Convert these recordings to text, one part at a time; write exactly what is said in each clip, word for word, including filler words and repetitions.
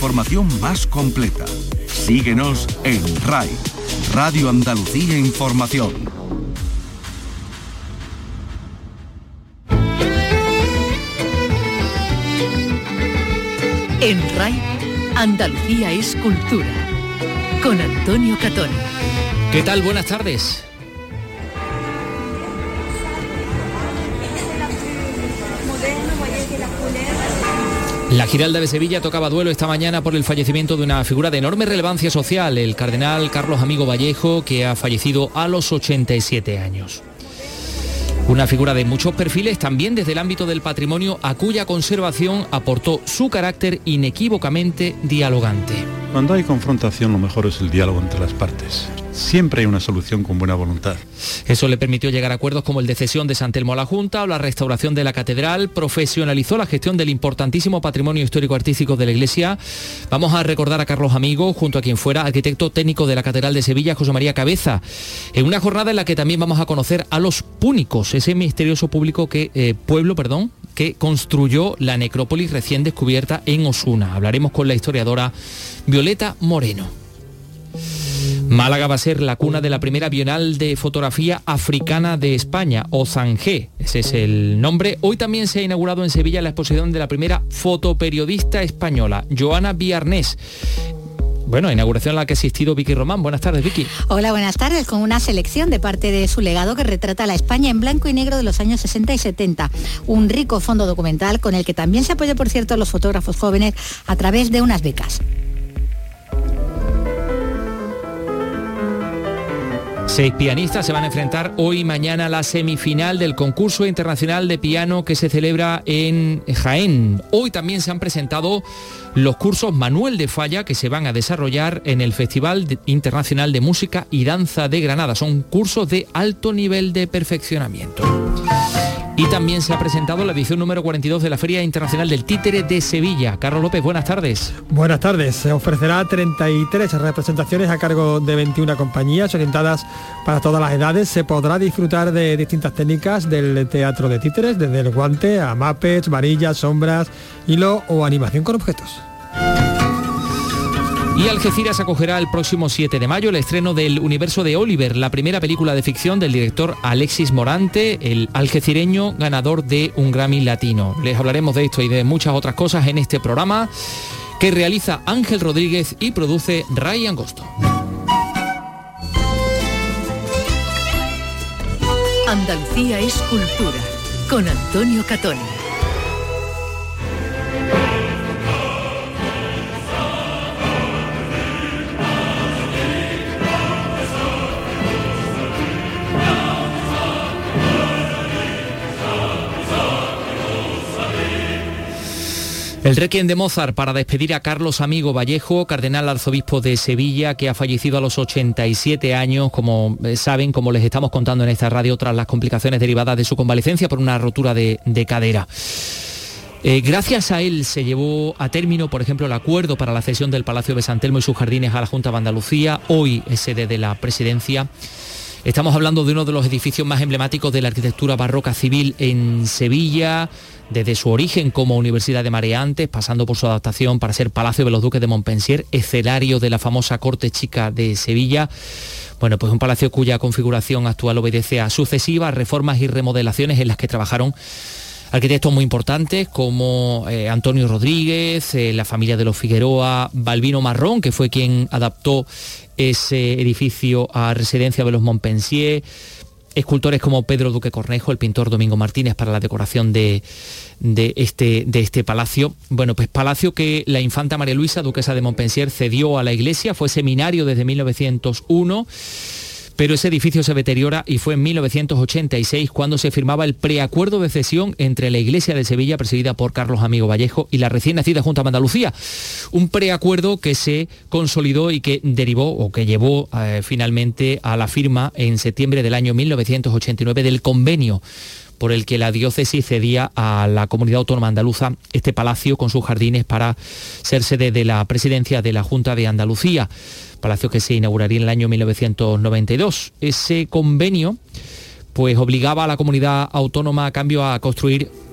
Información más completa. Síguenos en R A I, Radio Andalucía Información. En R A I, Andalucía es cultura. Con Antonio Catón. ¿Qué tal? Buenas tardes. La Giralda de Sevilla tocaba duelo esta mañana por el fallecimiento de una figura de enorme relevancia social, el cardenal Carlos Amigo Vallejo, que ha fallecido a los ochenta y siete años. Una figura de muchos perfiles, también desde el ámbito del patrimonio, a cuya conservación aportó su carácter inequívocamente dialogante. Cuando hay confrontación, lo mejor es el diálogo entre las partes. Siempre hay una solución con buena voluntad. Eso le permitió llegar a acuerdos como el de cesión de San Telmo a la Junta o la restauración de la catedral. Profesionalizó la gestión del importantísimo patrimonio histórico-artístico de la Iglesia. Vamos a recordar a Carlos Amigo, junto a quien fuera arquitecto técnico de la Catedral de Sevilla, José María Cabeza, en una jornada en la que también vamos a conocer a los púnicos, ese misterioso público que, eh, pueblo perdón, que construyó la necrópolis recién descubierta en Osuna. Hablaremos con la historiadora Violeta Moreno. Málaga va a ser la cuna de la primera Bienal de Fotografía Africana de España, O Z A N G, ese es el nombre. Hoy también se ha inaugurado en Sevilla la exposición de la primera fotoperiodista española, Joana Biarnés. Bueno, inauguración a la que ha asistido Vicky Román. Buenas tardes, Vicky. Hola, buenas tardes, con una selección de parte de su legado que retrata la España en blanco y negro de los años sesenta y setenta. Un rico fondo documental con el que también se apoya, por cierto, a los fotógrafos jóvenes a través de unas becas. Seis pianistas se van a enfrentar hoy y mañana a la semifinal del concurso internacional de piano que se celebra en Jaén. Hoy también se han presentado los cursos Manuel de Falla que se van a desarrollar en el Festival Internacional de Música y Danza de Granada. Son cursos de alto nivel de perfeccionamiento. Y también se ha presentado la edición número cuarenta y dos de la Feria Internacional del Títere de Sevilla. Carlos López, buenas tardes. Buenas tardes. Se ofrecerá treinta y tres representaciones a cargo de veintiuna compañías orientadas para todas las edades. Se podrá disfrutar de distintas técnicas del teatro de títeres, desde el guante a mapets, varillas, sombras, hilo o animación con objetos. Y Algeciras acogerá el próximo siete de mayo el estreno del Universo de Oliver, la primera película de ficción del director Alexis Morante, el algecireño ganador de un Grammy Latino. Les hablaremos de esto y de muchas otras cosas en este programa que realiza Ángel Rodríguez y produce Ray Angosto. Andalucía es cultura, con Antonio Catón. El Requiem de Mozart para despedir a Carlos Amigo Vallejo, cardenal arzobispo de Sevilla, que ha fallecido a los ochenta y siete años, como saben, como les estamos contando en esta radio, tras las complicaciones derivadas de su convalecencia por una rotura de, de cadera. Eh, gracias a él se llevó a término, por ejemplo, el acuerdo para la cesión del Palacio de San Telmo y sus jardines a la Junta de Andalucía. Hoy es sede de la presidencia. Estamos hablando de uno de los edificios más emblemáticos de la arquitectura barroca civil en Sevilla, desde su origen como Universidad de Mareantes, pasando por su adaptación para ser Palacio de los Duques de Montpensier, escenario de la famosa Corte Chica de Sevilla. Bueno, pues un palacio cuya configuración actual obedece a sucesivas reformas y remodelaciones en las que trabajaron arquitectos muy importantes como eh, Antonio Rodríguez, eh, la familia de los Figueroa, Balbino Marrón, que fue quien adaptó ese edificio a residencia de los Montpensier, escultores como Pedro Duque Cornejo, el pintor Domingo Martínez para la decoración de, de, este, de este palacio. Bueno, pues palacio que la infanta María Luisa, duquesa de Montpensier, cedió a la iglesia, fue seminario desde mil novecientos uno, pero ese edificio se deteriora y fue en mil novecientos ochenta y seis cuando se firmaba el preacuerdo de cesión entre la Iglesia de Sevilla, presidida por Carlos Amigo Vallejo, y la recién nacida Junta de Andalucía. Un preacuerdo que se consolidó y que derivó o que llevó eh, finalmente a la firma en septiembre del año mil novecientos ochenta y nueve del convenio por el que la diócesis cedía a la comunidad autónoma andaluza este palacio con sus jardines para ser sede de la presidencia de la Junta de Andalucía, palacio que se inauguraría en el año mil novecientos noventa y dos. Ese convenio pues obligaba a la comunidad autónoma a cambio a construir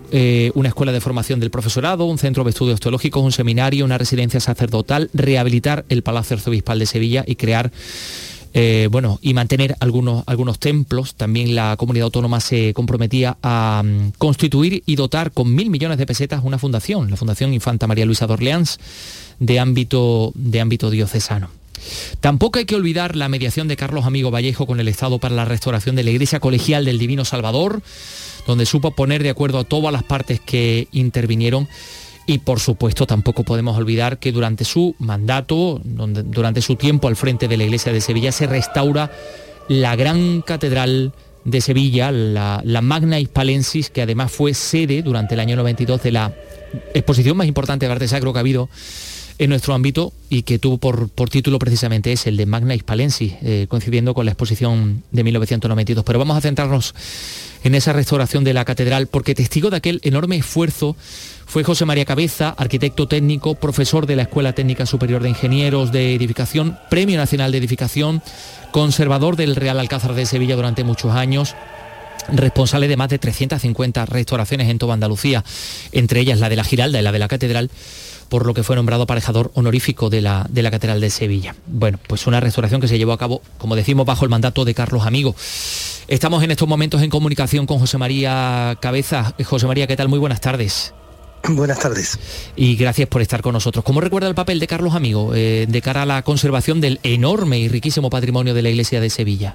eh, una escuela de formación del profesorado, un centro de estudios teológicos, un seminario, una residencia sacerdotal, rehabilitar el Palacio Arzobispal de Sevilla y crear Eh, bueno, y mantener algunos, algunos templos. También la comunidad autónoma se comprometía a um, constituir y dotar con mil millones de pesetas una fundación, la Fundación Infanta María Luisa de Orleans, de ámbito, de ámbito diocesano. Tampoco hay que olvidar la mediación de Carlos Amigo Vallejo con el Estado para la restauración de la Iglesia Colegial del Divino Salvador, donde supo poner de acuerdo a todas las partes que intervinieron. Y por supuesto tampoco podemos olvidar que durante su mandato, donde, durante su tiempo al frente de la Iglesia de Sevilla, se restaura la gran catedral de Sevilla, la, la Magna Hispalensis, que además fue sede durante el año noventa y dos de la exposición más importante de arte sacro que ha habido en nuestro ámbito y que tuvo por, por título precisamente ese, el de Magna Hispalensis, eh, coincidiendo con la exposición de mil novecientos noventa y dos. Pero vamos a centrarnos en esa restauración de la catedral, porque testigo de aquel enorme esfuerzo fue José María Cabeza, arquitecto técnico, profesor de la Escuela Técnica Superior de Ingenieros de Edificación, Premio Nacional de Edificación, conservador del Real Alcázar de Sevilla durante muchos años, responsable de más de trescientas cincuenta restauraciones en toda Andalucía, entre ellas la de la Giralda y la de la Catedral, por lo que fue nombrado aparejador honorífico de la, de la Catedral de Sevilla. Bueno, pues una restauración que se llevó a cabo, como decimos, bajo el mandato de Carlos Amigo. Estamos en estos momentos en comunicación con José María Cabeza. José María, ¿qué tal? Muy buenas tardes. Buenas tardes. Y gracias por estar con nosotros. ¿Cómo recuerda el papel de Carlos Amigo eh, de cara a la conservación del enorme y riquísimo patrimonio de la Iglesia de Sevilla?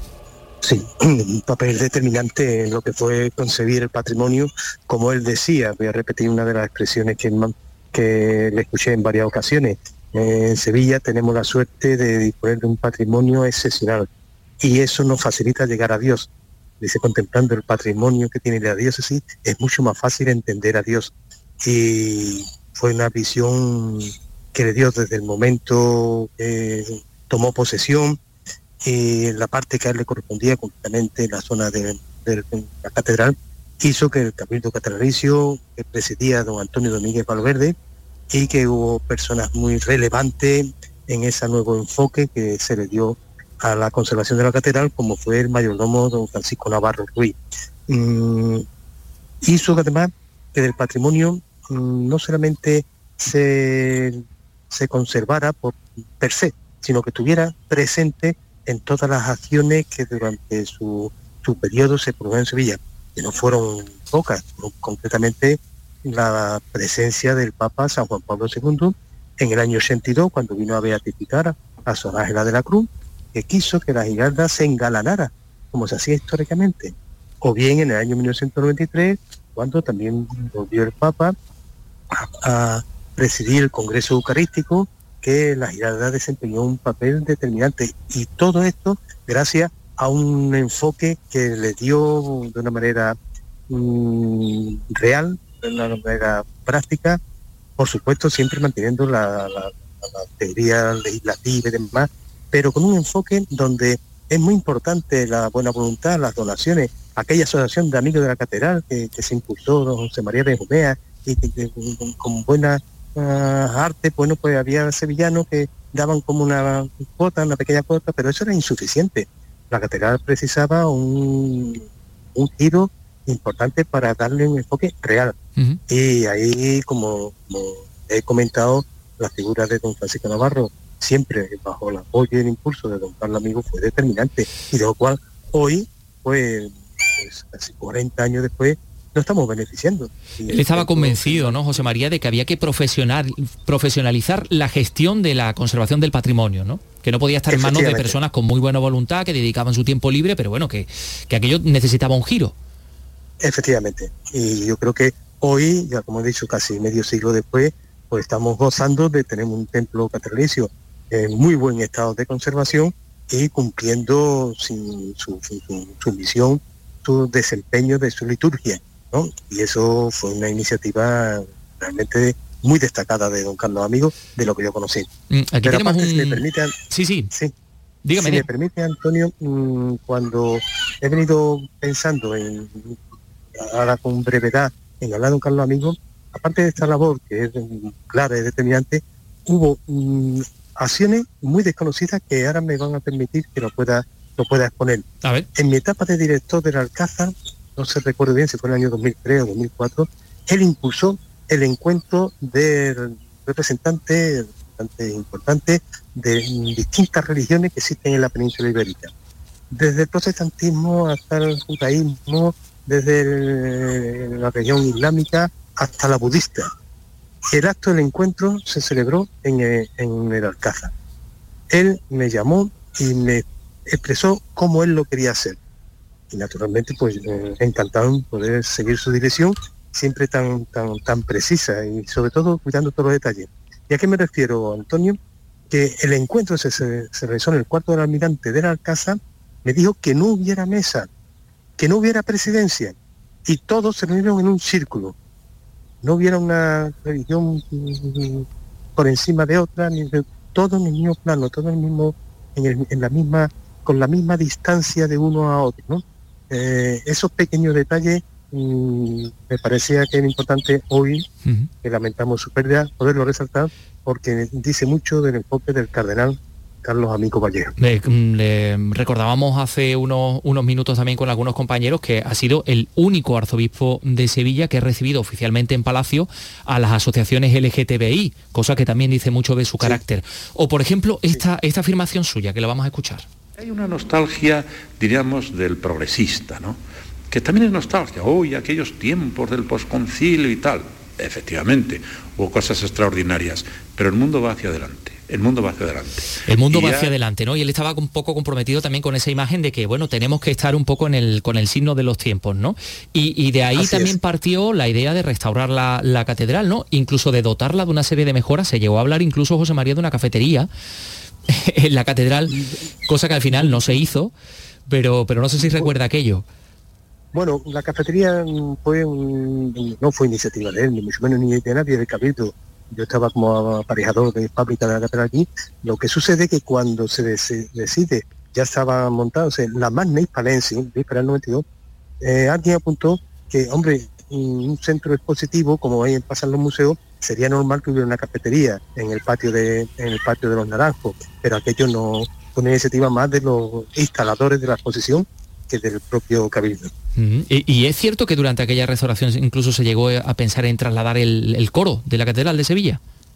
Sí, un papel determinante en lo que fue concebir el patrimonio, como él decía. Voy a repetir una de las expresiones que, que le escuché en varias ocasiones. En Sevilla tenemos la suerte de disponer de un patrimonio excepcional y eso nos facilita llegar a Dios. Dice, contemplando el patrimonio que tiene la diócesis, es mucho más fácil entender a Dios. Y fue una visión que le dio desde el momento que tomó posesión, y la parte que a él le correspondía completamente en la zona de, de la catedral, hizo que el Cabildo Catedralicio, que presidía don Antonio Domínguez Valverde, y que hubo personas muy relevantes en ese nuevo enfoque que se le dio a la conservación de la catedral, como fue el mayordomo don Francisco Navarro Ruiz. Mm, hizo que además que del patrimonio mm, no solamente se, se conservara por per se, sino que estuviera presente en todas las acciones que durante su, su periodo se produjeron en Sevilla, que no fueron pocas, concretamente la presencia del Papa San Juan Pablo segundo en el año ochenta y dos, cuando vino a beatificar a Sor Ángela de la Cruz, que quiso que la Giralda se engalanara, como se hacía históricamente. O bien en el año mil novecientos noventa y tres, cuando también volvió el Papa a, a presidir el Congreso Eucarístico, que la Giralda desempeñó un papel determinante. Y todo esto gracias a un enfoque que le dio de una manera mmm, real, de una manera práctica, por supuesto siempre manteniendo la, la, la teoría legislativa y demás, pero con un enfoque donde es muy importante la buena voluntad, las donaciones, aquella asociación de amigos de la catedral que, que se impulsó don José María Benjumea, y que, que con, con buena uh, arte, bueno, pues había sevillanos que daban como una cuota, una pequeña cuota, pero eso era insuficiente. La catedral precisaba un, un giro importante para darle un enfoque real. Uh-huh. Y ahí, como, como he comentado, la figura de don Francisco Navarro, siempre bajo el apoyo y el impulso de don Carlos Amigo, fue determinante, y de lo cual hoy, pues, pues casi cuarenta años después, nos estamos beneficiando. Él estaba convencido, ¿no, José María, de que había que profesional, profesionalizar la gestión de la conservación del patrimonio, ¿no? Que no podía estar en manos de personas con muy buena voluntad, que dedicaban su tiempo libre, pero bueno, que, que aquello necesitaba un giro. Efectivamente, y yo creo que hoy, ya como he dicho, casi medio siglo después, pues estamos gozando de tener un templo catedralicio en muy buen estado de conservación y cumpliendo sin su, su, su, su misión, su desempeño de su liturgia, ¿no? Y eso fue una iniciativa realmente muy destacada de don Carlos Amigo, de lo que yo conocí. Mm, aquí Pero tenemos aparte, un... si me permite, sí, sí, sí. Dígame. Si me permite, Antonio, mmm, cuando he venido pensando en, ahora con brevedad, en hablar de don Carlos Amigo, aparte de esta labor que es clara y determinante, hubo mmm, acciones muy desconocidas que ahora me van a permitir que lo pueda, lo pueda exponer. A ver. En mi etapa de director del Alcázar, no se recuerdo bien si fue en el año dos mil tres o dos mil cuatro, él impulsó el encuentro de representantes bastante importantes de distintas religiones que existen en la península ibérica. Desde el protestantismo hasta el judaísmo, desde el, la región islámica hasta la budista. El acto del encuentro se celebró en el, en el Alcázar. Él me llamó y me expresó cómo él lo quería hacer. Y naturalmente, pues eh, encantado en poder seguir su dirección, siempre tan, tan, tan precisa y sobre todo cuidando todos los detalles. ¿Y a qué me refiero, Antonio? Que el encuentro se, se, se realizó en el cuarto del almirante del Alcázar, me dijo que no hubiera mesa, que no hubiera presidencia, y todos se reunieron en un círculo. No hubiera una religión por encima de otra, ni de, todo en el mismo plano, todo en el mismo, en, el, en la misma, con la misma distancia de uno a otro, ¿no? Eh, esos pequeños detalles mmm, me parecía que era importante hoy, uh-huh. que lamentamos su pérdida, poderlo resaltar, porque dice mucho del enfoque del cardenal Carlos Amigo Vallejo. Le, le recordábamos hace unos, unos minutos también con algunos compañeros que ha sido el único arzobispo de Sevilla que ha recibido oficialmente en Palacio a las asociaciones L G T B I, cosa que también dice mucho de su carácter. Sí. O por ejemplo, esta, sí. esta afirmación suya, que la vamos a escuchar. Hay una nostalgia, diríamos, del progresista, ¿no? Que también es nostalgia. Hoy, aquellos tiempos del posconcilio y tal. Efectivamente, hubo cosas extraordinarias, pero el mundo va hacia adelante. El mundo va hacia adelante. El mundo y va ya... hacia adelante, ¿no? Y él estaba un poco comprometido también con esa imagen de que, bueno, tenemos que estar un poco en el, con el signo de los tiempos, ¿no? Y, y de ahí Así también es. partió la idea de restaurar la, la catedral, ¿no? Incluso de dotarla de una serie de mejoras. Se llegó a hablar incluso, José María, de una cafetería en la catedral, cosa que al final no se hizo, pero, pero no sé si recuerda aquello. Bueno, la cafetería fue un, no fue iniciativa de él, ni mucho menos ni de nadie del Cabildo. Yo estaba como aparejador de fábrica de la catedral aquí. Lo que sucede es que cuando se decide, ya estaba montado, o sea, la Magna Hispalensis, víspera del noventa y dos, eh, alguien apuntó que, hombre, un centro expositivo, como ahí pasan los museos, sería normal que hubiera una cafetería en el patio de, en el patio de los Naranjos, pero aquello no fue una iniciativa más de los instaladores de la exposición que del propio Cabildo. Uh-huh. y, y es cierto que durante aquella restauración incluso se llegó a pensar en trasladar el, el coro de la Catedral de Sevilla.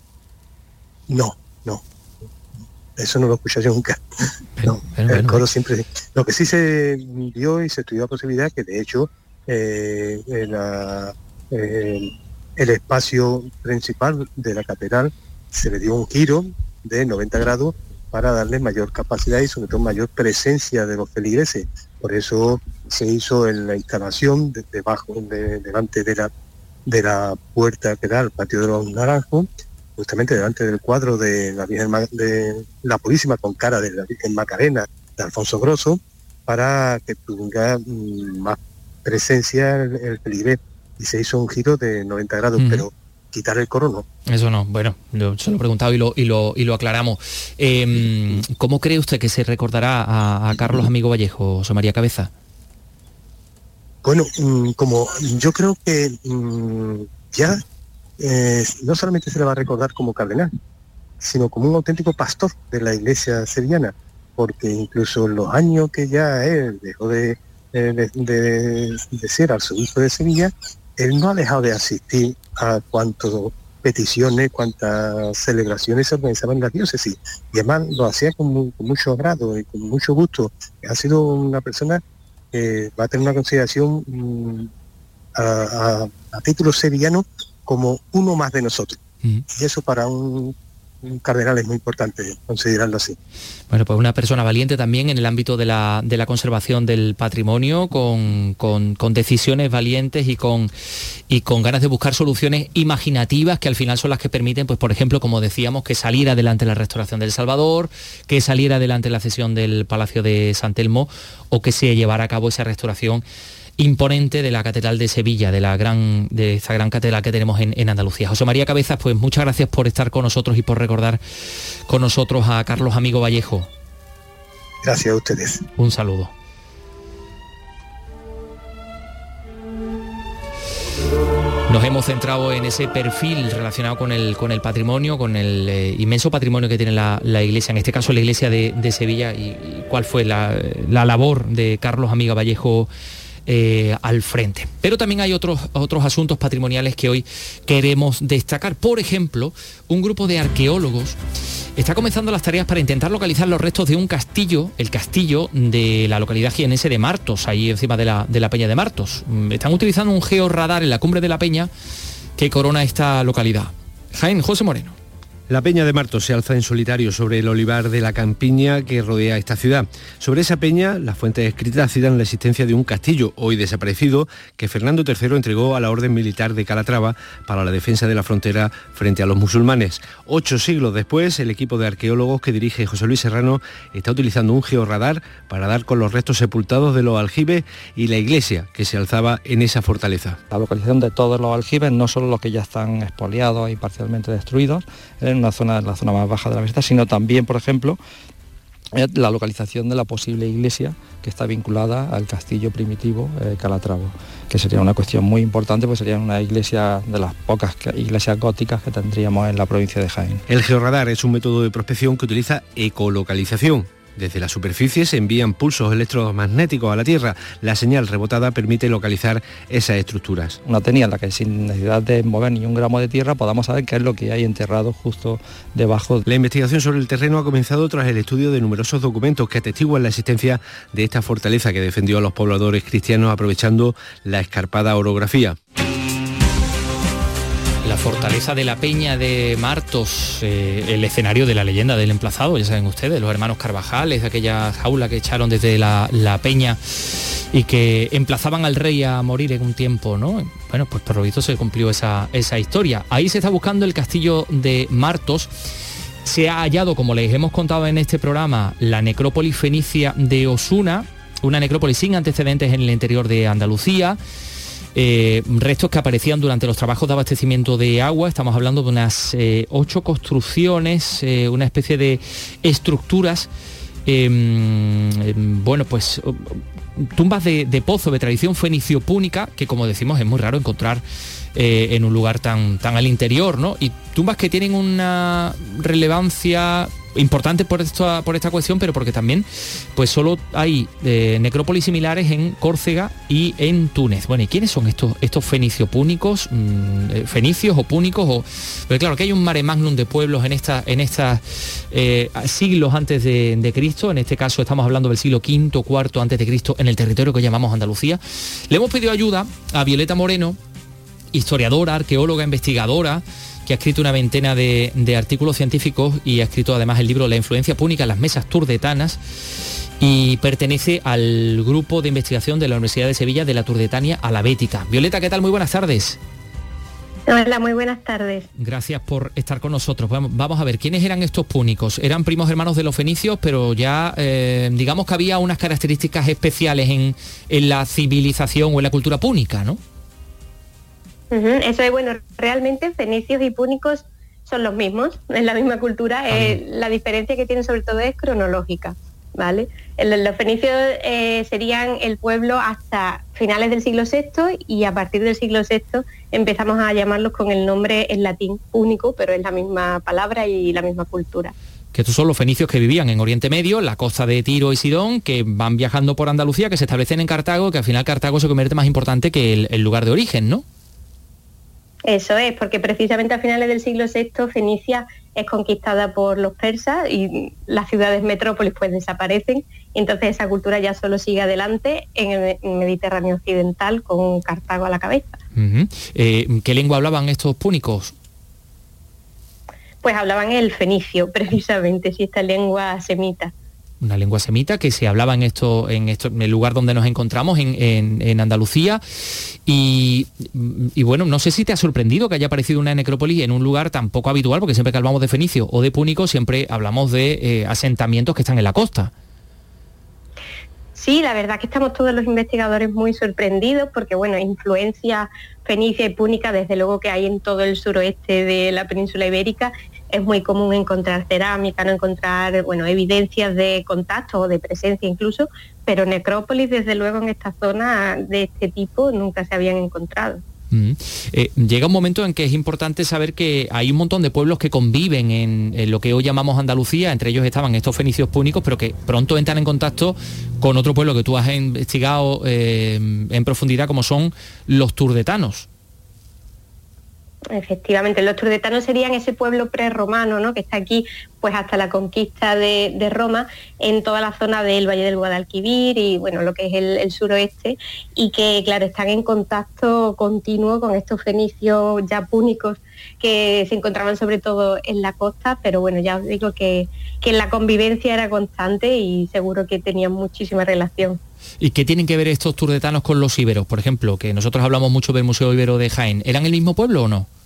No, no. Eso no lo escuché yo nunca. Pero, no, pero, el bueno, coro siempre... Lo que sí se vio y se estudió la posibilidad que de hecho eh, la, eh, el espacio principal de la catedral se le dio un giro de noventa grados para darle mayor capacidad y sobre todo mayor presencia de los feligreses. Por eso se hizo en la instalación de, debajo, de, delante de la, de la puerta que da al patio de los Naranjos, justamente delante del cuadro de la Virgen de la Purísima con cara de la Virgen Macarena de Alfonso Grosso, para que tenga mmm, más presencia el, el feligrés. Y se hizo un giro de noventa grados, mm. pero quitar el coro no. Eso no, bueno, lo, se lo he preguntado y lo, y lo, y lo aclaramos. Eh, ¿Cómo cree usted que se recordará a, a Carlos Amigo Vallejo, José María Cabeza? Bueno, mmm, como yo creo que mmm, ya eh, no solamente se le va a recordar como cardenal, sino como un auténtico pastor de la iglesia sevillana, porque incluso en los años que ya él dejó de, de, de, de ser arzobispo de Sevilla, él no ha dejado de asistir a cuantas peticiones, cuantas celebraciones se organizaban en la diócesis, y además lo hacía con, con mucho agrado y con mucho gusto. Ha sido una persona que va a tener una consideración mmm, a, a, a título sevillano como uno más de nosotros. Mm. Y eso para un, un cardenal es muy importante considerarlo así. Bueno, pues una persona valiente también en el ámbito de la, de la conservación del patrimonio, con, con, con decisiones valientes y con, y con ganas de buscar soluciones imaginativas que al final son las que permiten, pues por ejemplo, como decíamos, que saliera adelante la restauración del Salvador, que saliera adelante la cesión del Palacio de San Telmo, o que se llevara a cabo esa restauración imponente de la Catedral de Sevilla, de la gran, de esta gran catedral que tenemos en, en Andalucía. José María Cabezas, pues muchas gracias por estar con nosotros y por recordar con nosotros a Carlos Amigo Vallejo. Gracias a ustedes. Un saludo. Nos hemos centrado en ese perfil relacionado con el, con el patrimonio, con el eh, inmenso patrimonio que tiene la, la iglesia, en este caso la iglesia de, de Sevilla, y, y cuál fue la, la labor de Carlos Amigo Vallejo eh, al frente. Pero también hay otros, otros asuntos patrimoniales que hoy queremos destacar. Por ejemplo, un grupo de arqueólogos está comenzando las tareas para intentar localizar los restos de un castillo, el castillo de la localidad jienense de Martos, ahí encima de la, de la Peña de Martos. Están utilizando un georradar en la cumbre de la Peña que corona esta localidad. Jaén, José Moreno. La Peña de Martos se alza en solitario sobre el olivar de la campiña que rodea esta ciudad. Sobre esa peña, las fuentes escritas citan la existencia de un castillo, hoy desaparecido, que Fernando tercero entregó a la Orden Militar de Calatrava para la defensa de la frontera frente a los musulmanes. Ocho siglos después, el equipo de arqueólogos que dirige José Luis Serrano está utilizando un georradar para dar con los restos sepultados de los aljibes y la iglesia que se alzaba en esa fortaleza. La localización de todos los aljibes, no solo los que ya están expoliados y parcialmente destruidos, en una zona, en la zona más baja de la meseta, sino también, por ejemplo, la localización de la posible iglesia que está vinculada al castillo primitivo eh, Calatravo, que sería una cuestión muy importante, pues sería una iglesia de las pocas iglesias góticas que tendríamos en la provincia de Jaén. El georradar es un método de prospección que utiliza ecolocalización. Desde la superficie se envían pulsos electromagnéticos a la Tierra. La señal rebotada permite localizar esas estructuras. Una técnica en la que sin necesidad de mover ni un gramo de tierra podamos saber qué es lo que hay enterrado justo debajo. La investigación sobre el terreno ha comenzado tras el estudio de numerosos documentos que atestiguan la existencia de esta fortaleza que defendió a los pobladores cristianos aprovechando la escarpada orografía. La fortaleza de la Peña de Martos, eh, el escenario de la leyenda del emplazado, ya saben ustedes, los hermanos Carvajales, aquella jaula que echaron desde la, la Peña y que emplazaban al rey a morir en un tiempo, ¿no? Bueno, pues por lo visto se cumplió esa, esa historia. Ahí se está buscando el castillo de Martos. Se ha hallado, como les hemos contado en este programa, la necrópolis fenicia de Osuna, una necrópolis sin antecedentes en el interior de Andalucía. Eh, restos que aparecían durante los trabajos de abastecimiento de agua. Estamos hablando de unas eh, ocho construcciones, eh, una especie de estructuras, eh, eh, bueno, pues tumbas de, de pozo de tradición fenicio-púnica, que como decimos es muy raro encontrar eh, en un lugar tan, tan al interior, ¿no? Y tumbas que tienen una relevancia importante por esta, por esta cuestión, pero porque también pues solo hay eh, necrópolis similares en Córcega y en Túnez. Bueno, ¿y quiénes son estos, estos fenicio-púnicos? Mm, ¿Fenicios o púnicos? O, pero claro, que hay un mare magnum de pueblos en esta, en estas eh, siglos antes de, de Cristo. En este caso estamos hablando del siglo quinto, cuarto antes de Cristo, en el territorio que llamamos Andalucía. Le hemos pedido ayuda a Violeta Moreno, historiadora, arqueóloga, investigadora, que ha escrito una veintena de, de artículos científicos y ha escrito además el libro La influencia púnica en las mesas turdetanas, y pertenece al grupo de investigación de la Universidad de Sevilla de la Turdetania Alabética. Violeta, ¿qué tal? Muy buenas tardes. Hola, muy buenas tardes. Gracias por estar con nosotros. Vamos, vamos a ver, ¿quiénes eran estos púnicos? Eran primos hermanos de los fenicios, pero ya eh, digamos que había unas características especiales en, en la civilización o en la cultura púnica, ¿no? Uh-huh, eso es bueno, realmente fenicios y púnicos son los mismos, es la misma cultura, ah, eh, la diferencia que tienen sobre todo es cronológica, ¿vale? El, los fenicios eh, serían el pueblo hasta finales del siglo sexto, y a partir del siglo sexto empezamos a llamarlos con el nombre en latín púnico, pero es la misma palabra y la misma cultura. Que estos son los fenicios que vivían en Oriente Medio, la costa de Tiro y Sidón, que van viajando por Andalucía, que se establecen en Cartago, que al final Cartago se convierte más importante que el, el lugar de origen, ¿no? Eso es, porque precisamente a finales del siglo sexto Fenicia es conquistada por los persas y las ciudades metrópolis pues desaparecen, y entonces esa cultura ya solo sigue adelante en el Mediterráneo occidental con Cartago a la cabeza. Uh-huh. eh, ¿Qué lengua hablaban estos púnicos? Pues hablaban el fenicio, precisamente, sí, esta lengua semita. Una lengua semita que se hablaba en esto, en esto, en el lugar donde nos encontramos, en, en, en Andalucía. Y, y bueno, no sé si te ha sorprendido que haya aparecido una necrópolis en un lugar tan poco habitual, porque siempre que hablamos de fenicio o de púnico, siempre hablamos de eh, asentamientos que están en la costa. Sí, la verdad que estamos todos los investigadores muy sorprendidos, porque bueno, influencia fenicia y púnica desde luego que hay en todo el suroeste de la península ibérica. Es muy común encontrar cerámica, no encontrar bueno, evidencias de contacto o de presencia incluso, pero necrópolis desde luego en esta zona de este tipo nunca se habían encontrado. Mm. Eh, llega un momento en que es importante saber que hay un montón de pueblos que conviven en, en lo que hoy llamamos Andalucía, entre ellos estaban estos fenicios púnicos, pero que pronto entran en contacto con otro pueblo que tú has investigado eh, en profundidad, como son los turdetanos. Efectivamente, los turdetanos serían ese pueblo prerromano, ¿no?, que está aquí pues hasta la conquista de, de Roma, en toda la zona del Valle del Guadalquivir y bueno, lo que es el, el suroeste, y que claro, están en contacto continuo con estos fenicios ya púnicos que se encontraban sobre todo en la costa, pero bueno, ya os digo que, que la convivencia era constante y seguro que tenían muchísima relación. ¿Y qué tienen que ver estos turdetanos con los íberos? Por ejemplo, que nosotros hablamos mucho del Museo Ibero de Jaén. ¿Eran el mismo pueblo o no?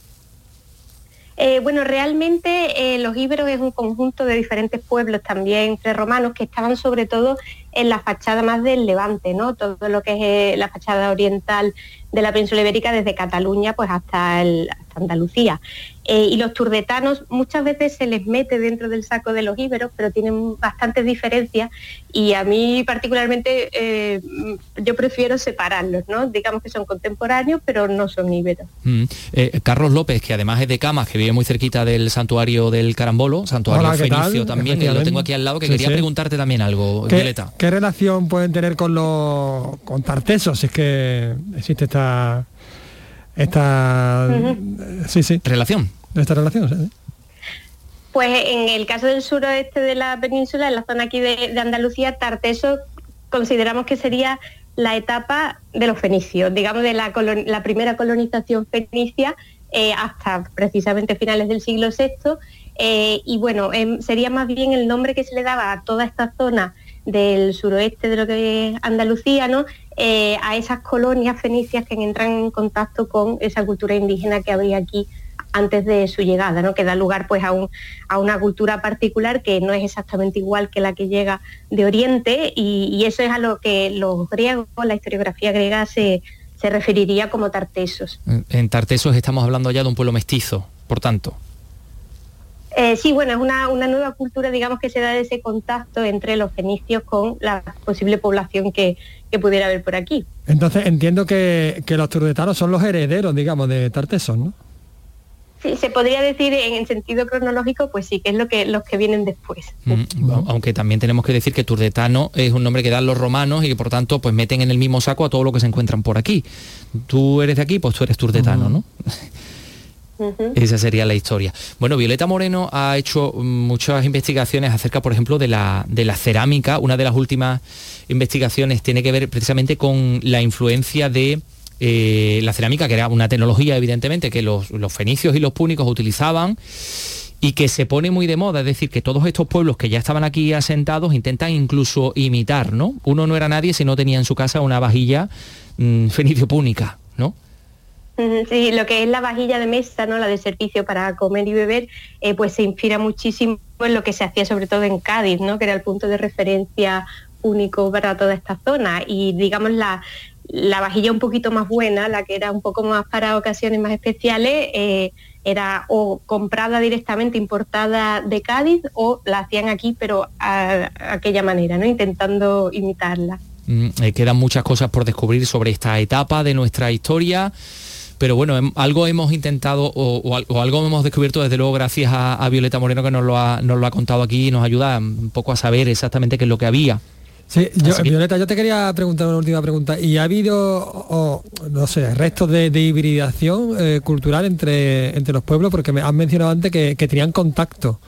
Eh, bueno, realmente eh, los íberos es un conjunto de diferentes pueblos también prerromanos que estaban sobre todo en la fachada más del Levante, ¿no? Todo lo que es eh, la fachada oriental de la península ibérica, desde Cataluña pues hasta, el, hasta Andalucía. Eh, y los turdetanos muchas veces se les mete dentro del saco de los íberos, pero tienen bastantes diferencias y a mí particularmente eh, yo prefiero separarlos, ¿no? Digamos que son contemporáneos, pero no son íberos. Mm. Eh, Carlos López, que además es de Camas, que vive muy cerquita del santuario del Carambolo, santuario Hola, fenicio también, y lo tengo aquí al lado, que sí, quería sí. preguntarte también algo, ¿Qué, Violeta. ¿Qué relación pueden tener con los con tartesos? Es que existe esta esta uh-huh. sí, sí. relación. Esta relación, ¿sí? Pues en el caso del suroeste de la península, en la zona aquí de, de Andalucía, Tartesos consideramos que sería la etapa de los fenicios, digamos de la, colon, la primera colonización fenicia eh, hasta precisamente finales del siglo sexto, eh, y bueno, eh, sería más bien el nombre que se le daba a toda esta zona del suroeste de lo que es Andalucía, ¿no? Eh, a esas colonias fenicias que entran en contacto con esa cultura indígena que había aquí antes de su llegada, ¿no?, que da lugar pues a, un, a una cultura particular que no es exactamente igual que la que llega de Oriente, y, y eso es a lo que los griegos, la historiografía griega se, se referiría como tartesos. En Tartesos estamos hablando ya de un pueblo mestizo, por tanto. Eh, sí, bueno, es una, una nueva cultura, digamos, que se da de ese contacto entre los fenicios con la posible población que, que pudiera haber por aquí. Entonces entiendo que, que los turdetanos son los herederos, digamos, de Tartesos, ¿no? Sí, se podría decir en el sentido cronológico, pues sí, que es lo que los que vienen después. Mm, aunque también tenemos que decir que turdetano es un nombre que dan los romanos y que por tanto pues meten en el mismo saco a todo lo que se encuentran por aquí. Tú eres de aquí, pues tú eres turdetano, uh-huh. ¿no? Uh-huh. Esa sería la historia. Bueno, Violeta Moreno ha hecho muchas investigaciones acerca, por ejemplo, de la, de la cerámica. Una de las últimas investigaciones tiene que ver precisamente con la influencia de Eh, la cerámica, que era una tecnología evidentemente que los, los fenicios y los púnicos utilizaban y que se pone muy de moda, es decir, que todos estos pueblos que ya estaban aquí asentados intentan incluso imitar, ¿no? Uno no era nadie si no tenía en su casa una vajilla mmm, fenicio-púnica, ¿no? Sí, lo que es la vajilla de mesa, ¿no?, la de servicio para comer y beber, eh, pues se inspira muchísimo en lo que se hacía sobre todo en Cádiz, ¿no?, que era el punto de referencia único para toda esta zona, y digamos la la vajilla un poquito más buena, la que era un poco más para ocasiones más especiales, eh, era o comprada directamente, importada de Cádiz, o la hacían aquí, pero a, a aquella manera, ¿no?, intentando imitarla. Mm, eh, quedan muchas cosas por descubrir sobre esta etapa de nuestra historia, pero bueno, em, algo hemos intentado o, o, o algo hemos descubierto desde luego gracias a, a Violeta Moreno, que nos lo, ha, nos lo ha contado aquí y nos ayuda un poco a saber exactamente qué es lo que había. Sí, yo, Violeta, yo te quería preguntar una última pregunta. ¿Y ha habido, oh, no sé, restos de, de hibridación eh, cultural entre, entre los pueblos? Porque me has mencionado antes que, que tenían contacto.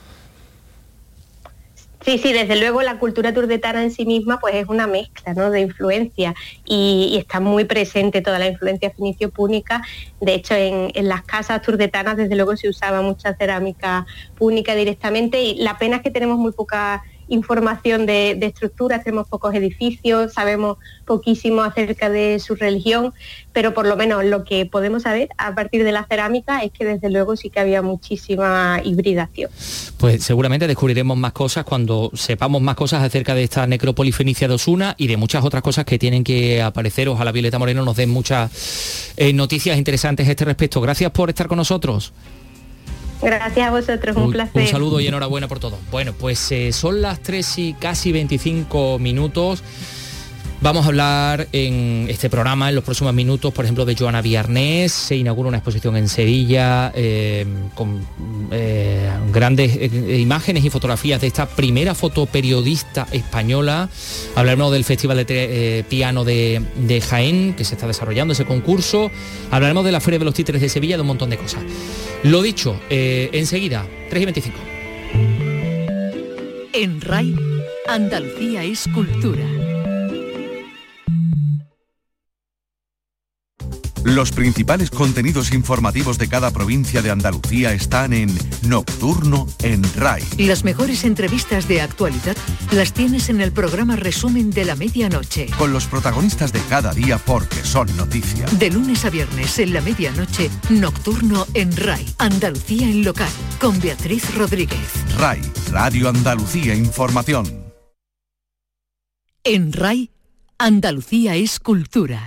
Sí, sí, desde luego la cultura turdetana en sí misma pues es una mezcla, ¿no?, de influencia, y, y está muy presente toda la influencia fenicio-púnica. De hecho, en, en las casas turdetanas desde luego se usaba mucha cerámica púnica directamente, y la pena es que tenemos muy poca información de, de estructuras, tenemos pocos edificios, sabemos poquísimo acerca de su religión, pero por lo menos lo que podemos saber a partir de la cerámica es que desde luego sí que había muchísima hibridación. Pues seguramente descubriremos más cosas cuando sepamos más cosas acerca de esta necrópolis fenicia de Osuna y de muchas otras cosas que tienen que aparecer. Ojalá Violeta Moreno nos dé muchas eh, noticias interesantes a este respecto. Gracias por estar con nosotros. Gracias a vosotros, un, un placer. Un saludo y enhorabuena por todo. Bueno, pues eh, son las tres y casi veinticinco minutos. Vamos a hablar en este programa, en los próximos minutos, por ejemplo, de Joana Biarnés. Se inaugura una exposición en Sevilla eh, con eh, grandes eh, imágenes y fotografías de esta primera fotoperiodista española. Hablaremos del Festival de eh, Piano de, de Jaén, que se está desarrollando ese concurso. Hablaremos de la Feria de los Títeres de Sevilla, de un montón de cosas. Lo dicho, eh, enseguida, tres y veinticinco. En RAI, Andalucía es cultura. Los principales contenidos informativos de cada provincia de Andalucía están en Nocturno en RAI. Las mejores entrevistas de actualidad las tienes en el programa Resumen de la Medianoche. Con los protagonistas de cada día porque son noticia. De lunes a viernes en la medianoche, Nocturno en RAI. Andalucía en local, con Beatriz Rodríguez. RAI, Radio Andalucía Información. En RAI, Andalucía es cultura.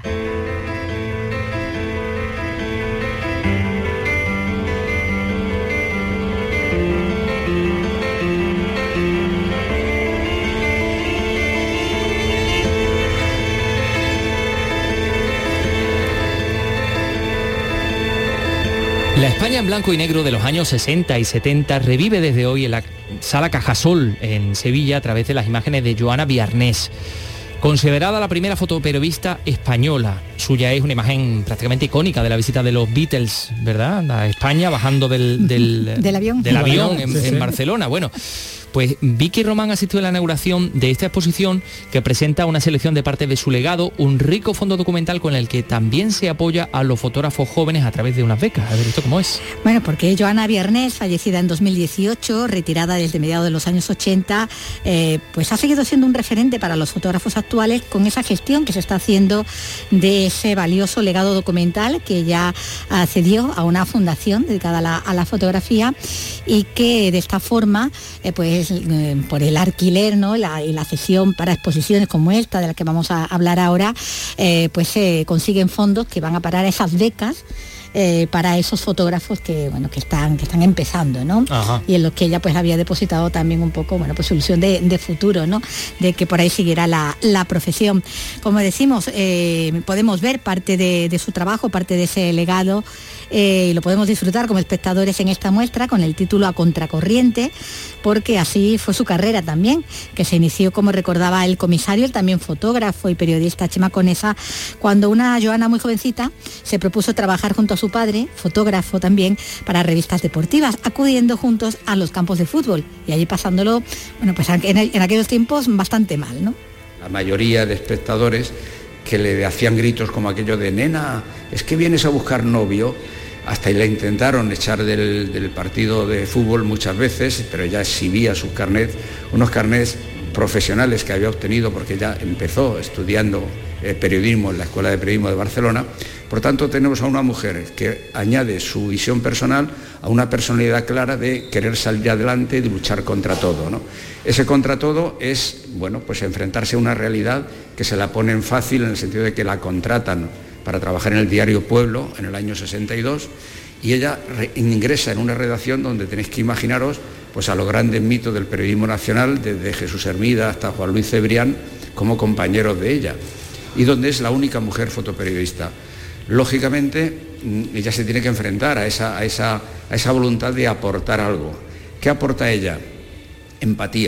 La España en blanco y negro de los años sesenta y setenta revive desde hoy en la Sala Cajasol en Sevilla a través de las imágenes de Joana Biarnés. Considerada la primera fotoperiodista española, suya es una imagen prácticamente icónica de la visita de los Beatles, ¿verdad? A España, bajando del, del, del avión, del avión en, sí, sí. en Barcelona. Bueno, pues Vicky Román asistió a la inauguración de esta exposición que presenta una selección de parte de su legado, un rico fondo documental con el que también se apoya a los fotógrafos jóvenes a través de unas becas. A ver, ¿esto cómo es? Bueno, porque Joana Biarnés, fallecida en dos mil dieciocho, retirada desde mediados de los años ochenta, eh, pues ha seguido siendo un referente para los fotógrafos actuales con esa gestión que se está haciendo de ese valioso legado documental que ya accedió a una fundación dedicada a la, a la fotografía y que de esta forma, eh, pues eh, por el alquiler, ¿no? la, y la cesión para exposiciones como esta de la que vamos a hablar ahora, eh, pues se eh, consiguen fondos que van a parar a esas becas Eh, para esos fotógrafos que bueno que están que están empezando, ¿no? Ajá. Y en los que ella pues había depositado también un poco bueno pues su ilusión de, de futuro, ¿no? De que por ahí siguiera la, la profesión. Como decimos, eh, podemos ver parte de, de su trabajo, parte de ese legado, eh, y lo podemos disfrutar como espectadores en esta muestra con el título A Contracorriente, porque así fue su carrera también, que se inició, como recordaba el comisario, el también fotógrafo y periodista Chema Conesa, cuando una Joana muy jovencita se propuso trabajar junto a su padre, fotógrafo también, para revistas deportivas, acudiendo juntos a los campos de fútbol y allí pasándolo, bueno, pues en, en aquellos tiempos bastante mal, ¿no? La mayoría de espectadores que le hacían gritos como aquello de nena, es que vienes a buscar novio, hasta le intentaron echar del, del partido de fútbol muchas veces, pero ella exhibía sus carnets, unos carnets profesionales que había obtenido porque ella empezó estudiando eh, periodismo en la Escuela de Periodismo de Barcelona. Por tanto, tenemos a una mujer que añade su visión personal a una personalidad clara de querer salir adelante y de luchar contra todo, ¿no? Ese contra todo es, bueno, pues enfrentarse a una realidad que se la ponen fácil en el sentido de que la contratan para trabajar en el diario Pueblo en el año sesenta y dos y ella re- ingresa en una redacción donde tenéis que imaginaros pues a los grandes mitos del periodismo nacional, desde Jesús Hermida hasta Juan Luis Cebrián, como compañeros de ella, y donde es la única mujer fotoperiodista. Lógicamente, ella se tiene que enfrentar a esa, a esa, a esa voluntad de aportar algo. ¿Qué aporta ella? Empatía.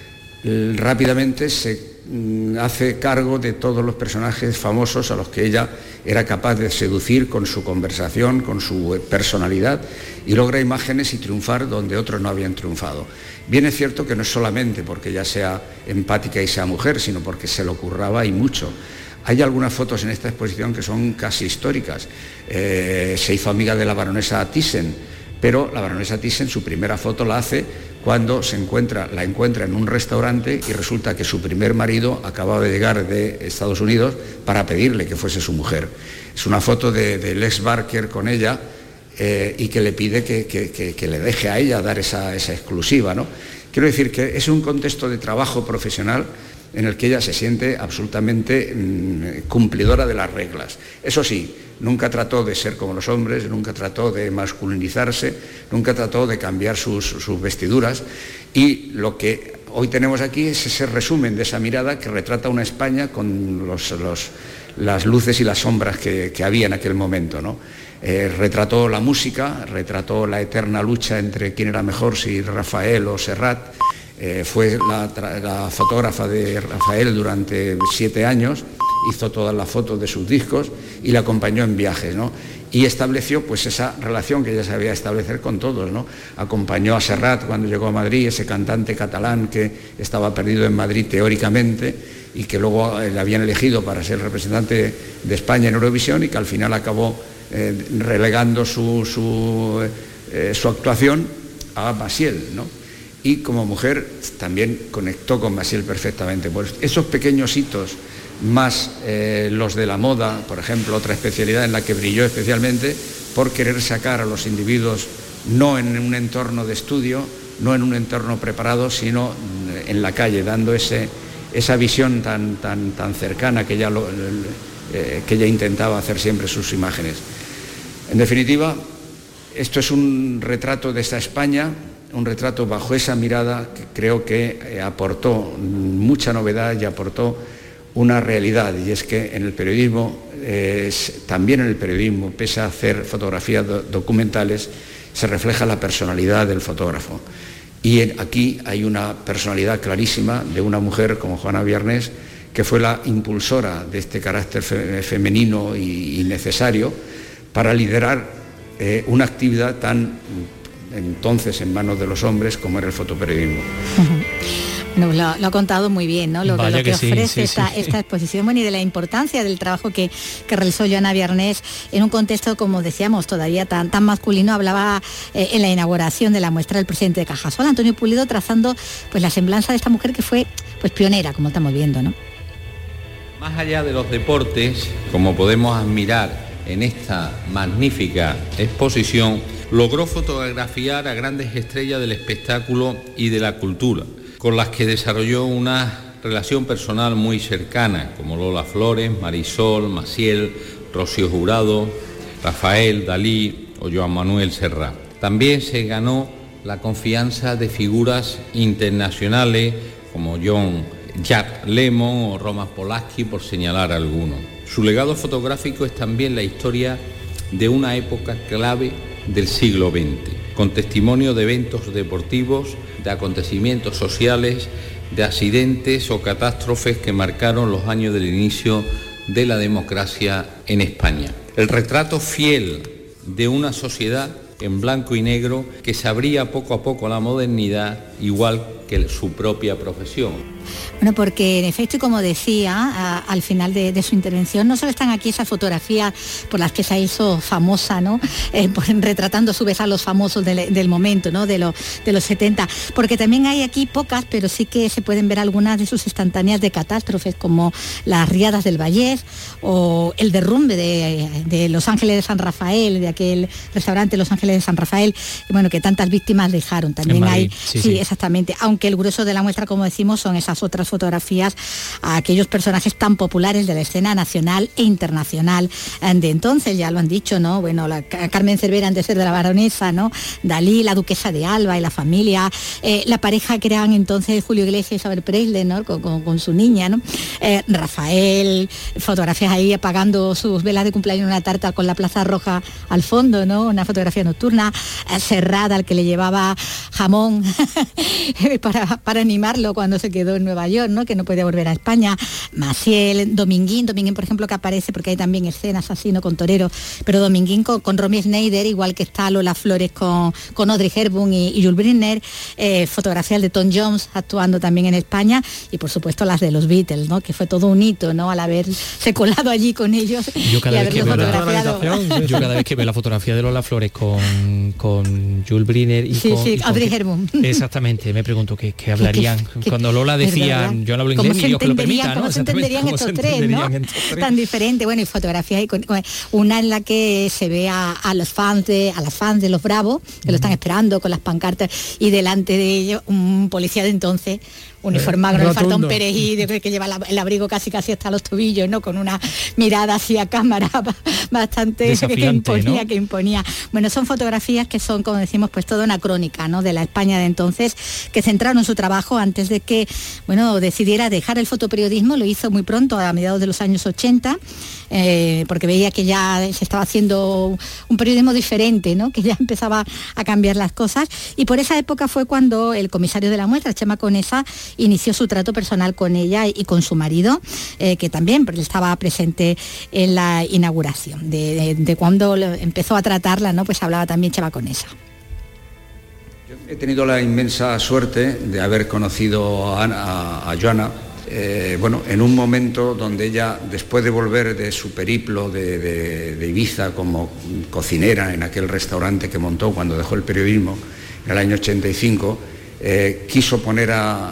Rápidamente se hace cargo de todos los personajes famosos a los que ella era capaz de seducir con su conversación, con su personalidad, y logra imágenes y triunfar donde otros no habían triunfado. Bien es cierto que no es solamente porque ella sea empática y sea mujer, sino porque se lo curraba y mucho. Hay algunas fotos en esta exposición que son casi históricas. Eh, se hizo amiga de la baronesa Thyssen, pero la baronesa Thyssen su primera foto la hace cuando se encuentra, la encuentra en un restaurante y resulta que su primer marido acababa de llegar de Estados Unidos para pedirle que fuese su mujer. Es una foto de, de Lex Barker con ella eh, y que le pide que, que, que, que le deje a ella dar esa, esa exclusiva, ¿no? Quiero decir que es un contexto de trabajo profesional en el que ella se siente absolutamente mmm, cumplidora de las reglas. Eso sí, nunca trató de ser como los hombres, nunca trató de masculinizarse, nunca trató de cambiar sus, sus vestiduras, y lo que hoy tenemos aquí es ese resumen de esa mirada que retrata una España con los, los, las luces y las sombras que, que había en aquel momento, ¿no? Eh, retrató la música, retrató la eterna lucha entre quién era mejor, si Rafael o Serrat. Eh, fue la, la fotógrafa de Rafael durante siete años, hizo todas las fotos de sus discos y la acompañó en viajes, ¿no? Y estableció pues esa relación que ella sabía establecer con todos, ¿no? Acompañó a Serrat cuando llegó a Madrid, ese cantante catalán que estaba perdido en Madrid teóricamente y que luego le habían elegido para ser representante de España en Eurovisión y que al final acabó eh, relegando su, su, eh, su actuación a Maciel, ¿no? Y como mujer también conectó con Maciel perfectamente. Pues esos pequeños hitos, más eh, los de la moda, por ejemplo, otra especialidad en la que brilló especialmente por querer sacar a los individuos no en un entorno de estudio, no en un entorno preparado, sino en la calle, dando ese, esa visión tan, tan, tan cercana que ella, lo, eh, que ella intentaba hacer siempre sus imágenes. En definitiva, esto es un retrato de esta España, un retrato bajo esa mirada que creo que eh, aportó mucha novedad y aportó una realidad, y es que en el periodismo, eh, también en el periodismo, pese a hacer fotografías do documentales, se refleja la personalidad del fotógrafo. Y en, aquí hay una personalidad clarísima de una mujer como Juana Viernes, que fue la impulsora de este carácter fe femenino y, y necesario para liderar eh, una actividad tan entonces en manos de los hombres como era el fotoperiodismo. No, lo, lo ha contado muy bien, ¿no? Lo, lo que, que ofrece sí, sí, esta, sí. esta exposición, bueno, y de la importancia del trabajo que, que realizó Joana Viernes en un contexto, como decíamos, todavía tan, tan masculino. Hablaba eh, en la inauguración de la muestra del presidente de Cajasol, Antonio Pulido, trazando pues la semblanza de esta mujer que fue pues pionera, como estamos viendo, ¿no? Más allá de los deportes, como podemos admirar en esta magnífica exposición, logró fotografiar a grandes estrellas del espectáculo y de la cultura, con las que desarrolló una relación personal muy cercana, como Lola Flores, Marisol, Maciel, Rocío Jurado, Rafael, Dalí o Joan Manuel Serrat. También se ganó la confianza de figuras internacionales como John Jack Lemmon o Roman Polanski, por señalar algunos. Su legado fotográfico es también la historia de una época clave del siglo veinte, con testimonio de eventos deportivos, de acontecimientos sociales, de accidentes o catástrofes que marcaron los años del inicio de la democracia en España. El retrato fiel de una sociedad en blanco y negro que se abría poco a poco a la modernidad, igual que su propia profesión. Bueno, porque en efecto, y como decía a, al final de, de su intervención, no solo están aquí esas fotografías por las que se hizo famosa, ¿no? Eh, pues, retratando a su vez a los famosos del, del momento, ¿no? De, lo, de los setenta, porque también hay aquí pocas, pero sí que se pueden ver algunas de sus instantáneas de catástrofes, como las riadas del Vallés o el derrumbe de, de Los Ángeles de San Rafael, de aquel restaurante Los Ángeles de San Rafael, y bueno, que tantas víctimas dejaron. También hay, sí, sí, sí, exactamente, aunque el grueso de la muestra, como decimos, son esas otras fotografías a aquellos personajes tan populares de la escena nacional e internacional de entonces, ya lo han dicho, ¿no? Bueno, la Carmen Cervera antes de la baronesa, ¿no? Dalí, la duquesa de Alba y la familia, eh, la pareja que eran entonces Julio Iglesias y Isabel Presley, ¿no? Con, con, con su niña, ¿no? Eh, Rafael, fotografías ahí apagando sus velas de cumpleaños en una tarta con la Plaza Roja al fondo, ¿no? Una fotografía nocturna, eh, Serrat, al que le llevaba jamón para, para animarlo cuando se quedó en Nueva York, ¿no? Que no podía volver a España. Maciel, Dominguín, Dominguín por ejemplo, que aparece porque hay también escenas así, ¿no? Con toreros, pero Dominguín con, con Romy Schneider, igual que está Lola Flores con, con Audrey Hepburn y, y Jules Briner, eh, fotografías de Tom Jones actuando también en España, y por supuesto las de los Beatles, ¿no? Que fue todo un hito, ¿no? Al haberse colado allí con ellos. Yo cada, y vez que, veo la, yo cada vez que veo la fotografía de Lola Flores con, con Jules Briner y sí, con, sí, y con Audrey Hepburn. Exactamente, me pregunto qué, qué hablarían ¿Qué, qué, cuando Lola decía yo no hablo inglés ni Dios que lo permita, ¿no? ¿Cómo se entenderían estos tres, ¿no? Tres. Tan diferente, bueno, y fotografías y con, con, una en la que se ve a, a los fans de a las fans de los Bravos que uh-huh. lo están esperando con las pancartas, y delante de ellos un policía de entonces uniformado con el fartón perejil que lleva la, el abrigo casi casi hasta los tobillos, ¿no? Con una mirada hacia cámara bastante que imponía, ¿no? que imponía. Bueno, son fotografías que son, como decimos, pues toda una crónica, ¿no? De la España de entonces, que centraron su trabajo antes de que, bueno, decidiera dejar el fotoperiodismo. Lo hizo muy pronto, a mediados de los años ochenta, eh, porque veía que ya se estaba haciendo un periodismo diferente, ¿no? Que ya empezaba a cambiar las cosas, y por esa época fue cuando el comisario de la muestra, Chema Conesa, inició su trato personal con ella y con su marido, eh, que también estaba presente en la inauguración. De, de, de cuando empezó a tratarla, ¿no? Pues hablaba también Chema Conesa. Yo he tenido la inmensa suerte de haber conocido a, a, a Joana, eh, bueno, en un momento donde ella, después de volver de su periplo de, de, de Ibiza como cocinera en aquel restaurante que montó cuando dejó el periodismo en el año ochenta y cinco, eh, quiso poner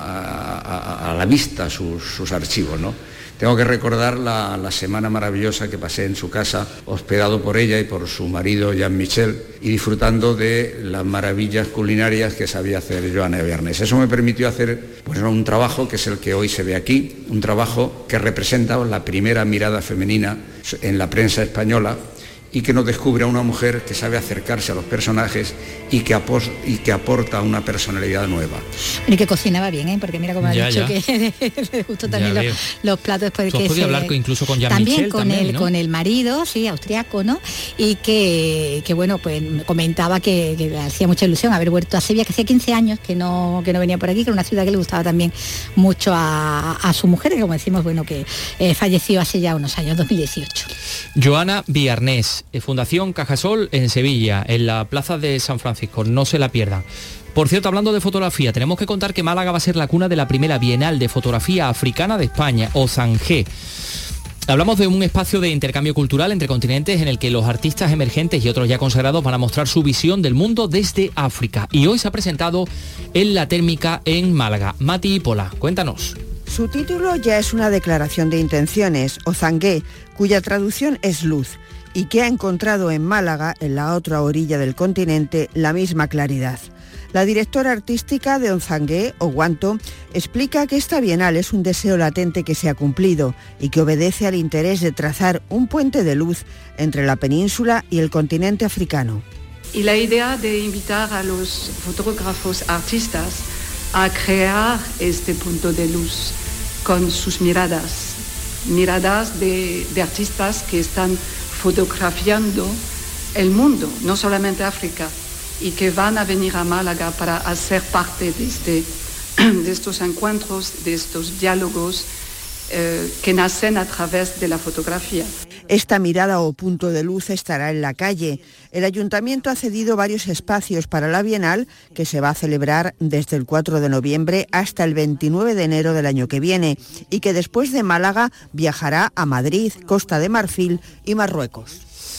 a, a, a la vista sus, sus archivos, ¿no? Tengo que recordar la, la semana maravillosa que pasé en su casa, hospedado por ella y por su marido Jean-Michel, y disfrutando de las maravillas culinarias que sabía hacer Joana de Beauharnais. Eso me permitió hacer pues, un trabajo que es el que hoy se ve aquí, un trabajo que representa la primera mirada femenina en la prensa española, y que nos descubre a una mujer que sabe acercarse a los personajes y que, apos, y que aporta una personalidad nueva. Y que cocinaba bien, ¿eh? Porque mira como ha ya, dicho ya. que le gustó también los, los platos después de que se... hablar con, incluso con también con también, el ¿no? con el marido, sí, austriaco, ¿no? Y que, que bueno, pues comentaba que, que le hacía mucha ilusión haber vuelto a Sevilla, que hacía quince años que no, que no venía por aquí, que era una ciudad que le gustaba también mucho a, a su mujer, que como decimos, bueno, que eh, falleció hace ya unos años, dos mil dieciocho. Joana Beauharnais, Fundación Cajasol en Sevilla, en la plaza de San Francisco, no se la pierdan. Por cierto, hablando de fotografía, tenemos que contar que Málaga va a ser la cuna de la primera Bienal de Fotografía Africana de España, Ozangé. Hablamos de un espacio de intercambio cultural entre continentes en el que los artistas emergentes y otros ya consagrados van a mostrar su visión del mundo desde África. Y hoy se ha presentado en La Térmica en Málaga. Mati Pola, cuéntanos. Su título ya es una declaración de intenciones, Ozangé, cuya traducción es luz, y que ha encontrado en Málaga, en la otra orilla del continente, la misma claridad. La directora artística de Ozangé, Oguanto, explica que esta bienal es un deseo latente que se ha cumplido y que obedece al interés de trazar un puente de luz entre la península y el continente africano. Y la idea de invitar a los fotógrafos artistas a crear este punto de luz con sus miradas, miradas de, de artistas que están fotografiando el mundo, no solamente África, y que van a venir a Málaga para hacer parte de, este, de estos encuentros, de estos diálogos eh, que nacen a través de la fotografía. Esta mirada o punto de luz estará en la calle. El Ayuntamiento ha cedido varios espacios para la Bienal, que se va a celebrar desde el cuatro de noviembre hasta el veintinueve de enero del año que viene, y que después de Málaga viajará a Madrid, Costa de Marfil y Marruecos.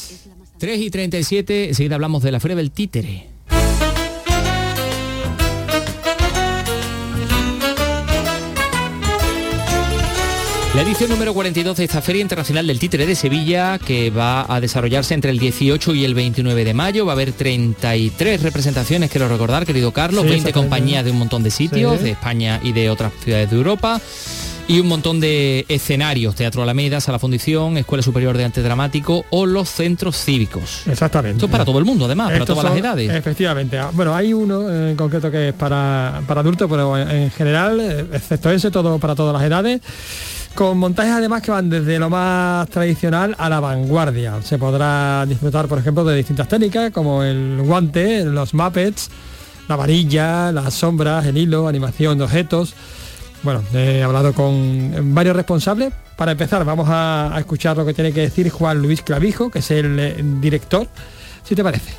tres y treinta y siete, enseguida hablamos de la Feria del Títere. La edición número cuarenta y dos de esta Feria Internacional del Títere de Sevilla, que va a desarrollarse entre el dieciocho y el veintinueve de mayo, va a haber treinta y tres representaciones, quiero recordar, querido Carlos, sí, veinte compañías de un montón de sitios, sí, de España y de otras ciudades de Europa, y un montón de escenarios, Teatro Alameda, Sala Fundición, Escuela Superior de Arte Dramático o los centros cívicos. Exactamente. Esto es para todo el mundo, además, para todas las edades. Efectivamente. Bueno, hay uno en concreto que es para, para adultos, pero en general, excepto ese, todo para todas las edades, con montajes además que van desde lo más tradicional a la vanguardia. Se podrá disfrutar, por ejemplo, de distintas técnicas como el guante, los Muppets, la varilla, las sombras, el hilo, animación de objetos. Bueno, he hablado con varios responsables. Para empezar, vamos a, a escuchar lo que tiene que decir Juan Luis Clavijo, que es el, el director, si te parece.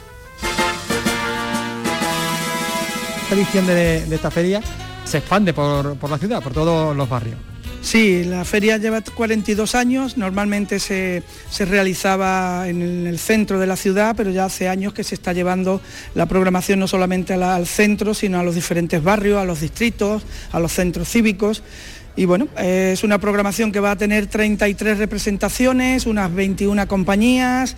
Esta edición de, de esta feria se expande por, por la ciudad, por todos los barrios. Sí, la feria lleva cuarenta y dos años, normalmente se, se realizaba en el, en el centro de la ciudad, pero ya hace años que se está llevando la programación no solamente a la, al centro, sino a los diferentes barrios, a los distritos, a los centros cívicos. Y bueno, eh, es una programación que va a tener treinta y tres representaciones, unas veintiuna compañías,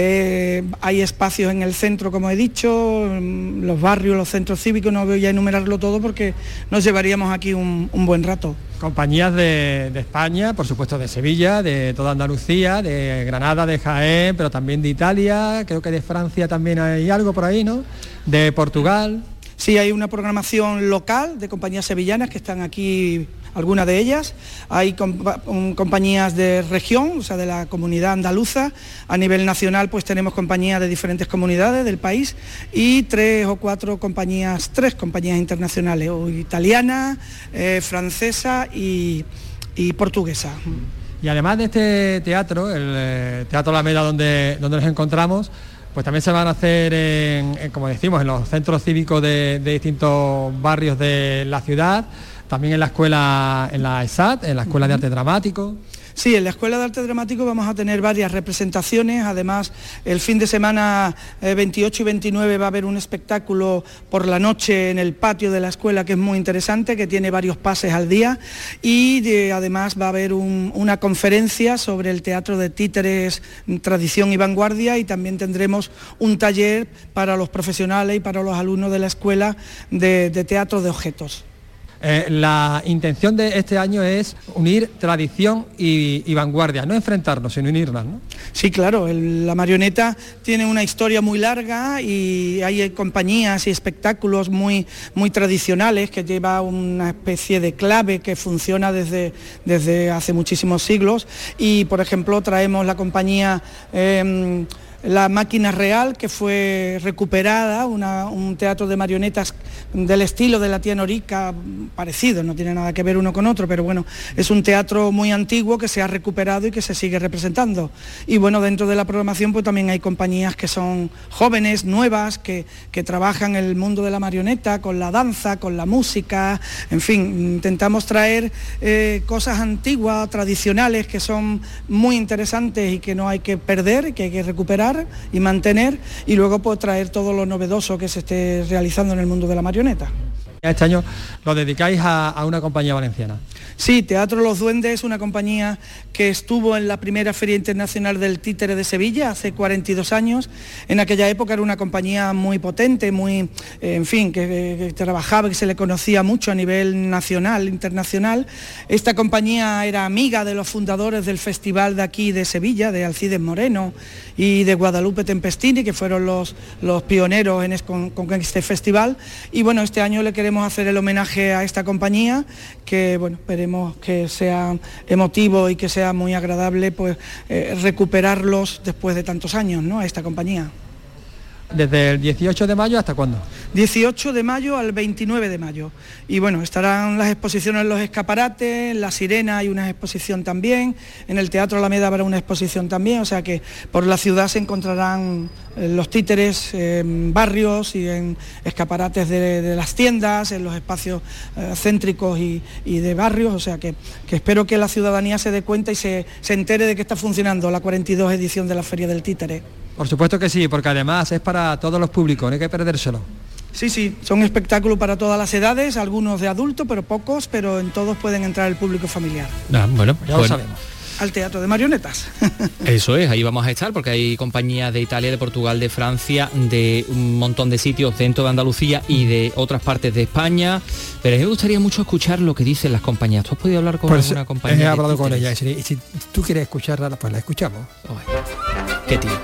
eh, hay espacios en el centro, como he dicho, los barrios, los centros cívicos, no voy a enumerarlo todo porque nos llevaríamos aquí un, un buen rato. Compañías de, de España, por supuesto de Sevilla, de toda Andalucía, de Granada, de Jaén, pero también de Italia, creo que de Francia también hay algo por ahí, ¿no? De Portugal. Sí, hay una programación local de compañías sevillanas que están aquí, algunas de ellas. Hay compa compañías de región, o sea, de la comunidad andaluza. A nivel nacional, pues tenemos compañías de diferentes comunidades del país y tres o cuatro compañías, tres compañías internacionales, o italiana, eh, francesa y, y portuguesa. Y además de este teatro, el eh, Teatro Alameda donde, donde nos encontramos, pues también se van a hacer, en, en, como decimos, en los centros cívicos de, de distintos barrios de la ciudad, también en la escuela, en la E S A T, en la Escuela de Arte Dramático. Sí, en la Escuela de Arte Dramático vamos a tener varias representaciones, además el fin de semana eh, veintiocho y veintinueve va a haber un espectáculo por la noche en el patio de la escuela que es muy interesante, que tiene varios pases al día, y de, además va a haber un, una conferencia sobre el teatro de títeres, tradición y vanguardia, y también tendremos un taller para los profesionales y para los alumnos de la escuela de, de teatro de objetos. Eh, la intención de este año es unir tradición y, y vanguardia, no enfrentarnos, sino unirlas, ¿no? Sí, claro, el, la marioneta tiene una historia muy larga y hay compañías y espectáculos muy, muy tradicionales que lleva una especie de clave que funciona desde, desde hace muchísimos siglos, y por ejemplo traemos la compañía eh, La Máquina Real, que fue recuperada, una, un teatro de marionetas del estilo de la tía Norica, parecido, no tiene nada que ver uno con otro, pero bueno, es un teatro muy antiguo que se ha recuperado y que se sigue representando. Y bueno, dentro de la programación pues también hay compañías que son jóvenes, nuevas, que, que trabajan el mundo de la marioneta, con la danza, con la música, en fin, intentamos traer eh, cosas antiguas, tradicionales, que son muy interesantes y que no hay que perder, que hay que recuperar y mantener, y luego pues traer todo lo novedoso que se esté realizando en el mundo de la marioneta. Este año lo dedicáis a, a una compañía valenciana. Sí, Teatro Los Duendes es una compañía que estuvo en la primera Feria Internacional del Títere de Sevilla hace cuarenta y dos años. En aquella época era una compañía muy potente, muy, eh, en fin, que, que trabajaba, que se le conocía mucho a nivel nacional, internacional. Esta compañía era amiga de los fundadores del festival de aquí de Sevilla, de Alcides Moreno y de Guadalupe Tempestini, que fueron los, los pioneros en es, con, con este festival. Y bueno, este año le queremos hacer el homenaje a esta compañía, que bueno, esperemos que sea emotivo y que sea muy agradable pues eh, recuperarlos después de tantos años, ¿no?, a esta compañía. ¿Desde el dieciocho de mayo hasta cuándo? dieciocho de mayo al veintinueve de mayo. Y bueno, estarán las exposiciones en los escaparates, en La Sirena hay una exposición también, en el Teatro Alameda habrá una exposición también, o sea que por la ciudad se encontrarán los títeres en barrios y en escaparates de, de las tiendas, en los espacios eh, céntricos y, y de barrios, o sea que, que espero que la ciudadanía se dé cuenta y se, se entere de que está funcionando la cuarenta y dos edición de la Feria del Títere. Por supuesto que sí, porque además es para todos los públicos, no hay que perdérselo. Sí, sí, son espectáculos para todas las edades, algunos de adultos, pero pocos, pero en todos pueden entrar el público familiar. Ah, bueno, ya bueno. lo sabemos. Al teatro de marionetas. Eso es, ahí vamos a estar porque hay compañías de Italia, de Portugal, de Francia, de un montón de sitios dentro de Andalucía y de otras partes de España. Pero a mí me gustaría mucho escuchar lo que dicen las compañías. ¿Tú has podido hablar con pues alguna compañía? He hablado con ella y si, y si tú quieres escucharla, pues la escuchamos. Oh, qué tío.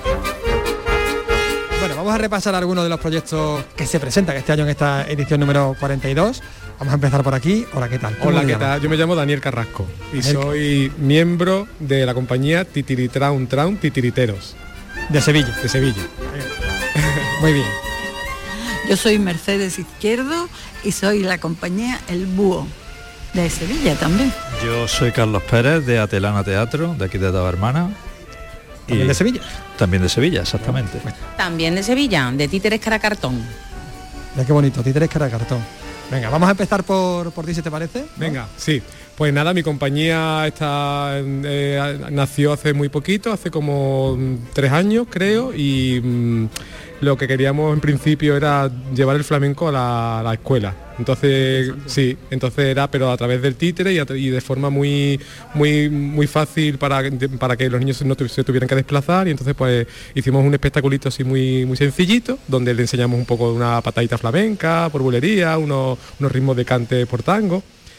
Bueno, vamos a repasar algunos de los proyectos que se presentan este año en esta edición número cuarenta y dos. Vamos a empezar por aquí. Hola, ¿qué tal? Hola, ¿qué tal? Yo me llamo Daniel Carrasco y Daniel. Soy miembro de la compañía Titiritraun Traun Titiriteros. De Sevilla. De Sevilla. Muy bien. Yo soy Mercedes Izquierdo y soy la compañía El Búho, de Sevilla también. Yo soy Carlos Pérez, de Atelana Teatro, de aquí de Tabarmana. ¿También y de Sevilla? También de Sevilla, exactamente. También de Sevilla, de Títeres Caracartón. Ya qué bonito, Títeres Caracartón. Venga, vamos a empezar por, por ti, si te parece, ¿no? Venga, sí. Pues nada, mi compañía está, eh, nació hace muy poquito, hace como tres años creo, y mmm, lo que queríamos en principio era llevar el flamenco a la, a la escuela. Entonces, sí, entonces era, pero a través del títere y, a, y de forma muy muy muy fácil para, para que los niños no tu, se tuvieran que desplazar, y entonces pues hicimos un espectaculito así muy muy sencillito, donde le enseñamos un poco una patadita flamenca, por bulería, unos, unos ritmos de cante por tango.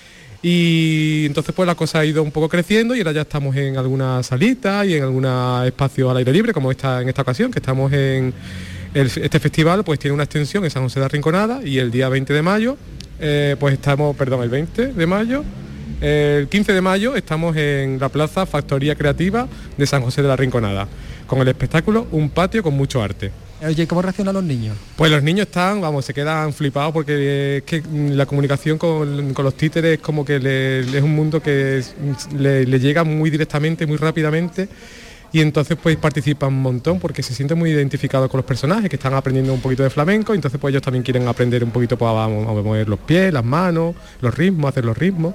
Y entonces pues la cosa ha ido un poco creciendo y ahora ya estamos en alguna salita y en algún espacio al aire libre, como esta, en esta ocasión, que estamos en... El, este festival pues tiene una extensión en San José de la Rinconada, y el día veinte de mayo, eh, pues estamos, perdón, el veinte de mayo, el quince de mayo estamos en la Plaza Factoría Creativa de San José de la Rinconada, con el espectáculo Un patio con mucho arte. Oye, ¿cómo reaccionan los niños? Pues los niños están, vamos, se quedan flipados, porque es que la comunicación con, con los títeres es como que le, es un mundo que es, le, le llega muy directamente, muy rápidamente, y entonces pues participan un montón porque se sienten muy identificados con los personajes, que están aprendiendo un poquito de flamenco, y entonces pues ellos también quieren aprender un poquito pues, a, a mover los pies, las manos, los ritmos, hacer los ritmos,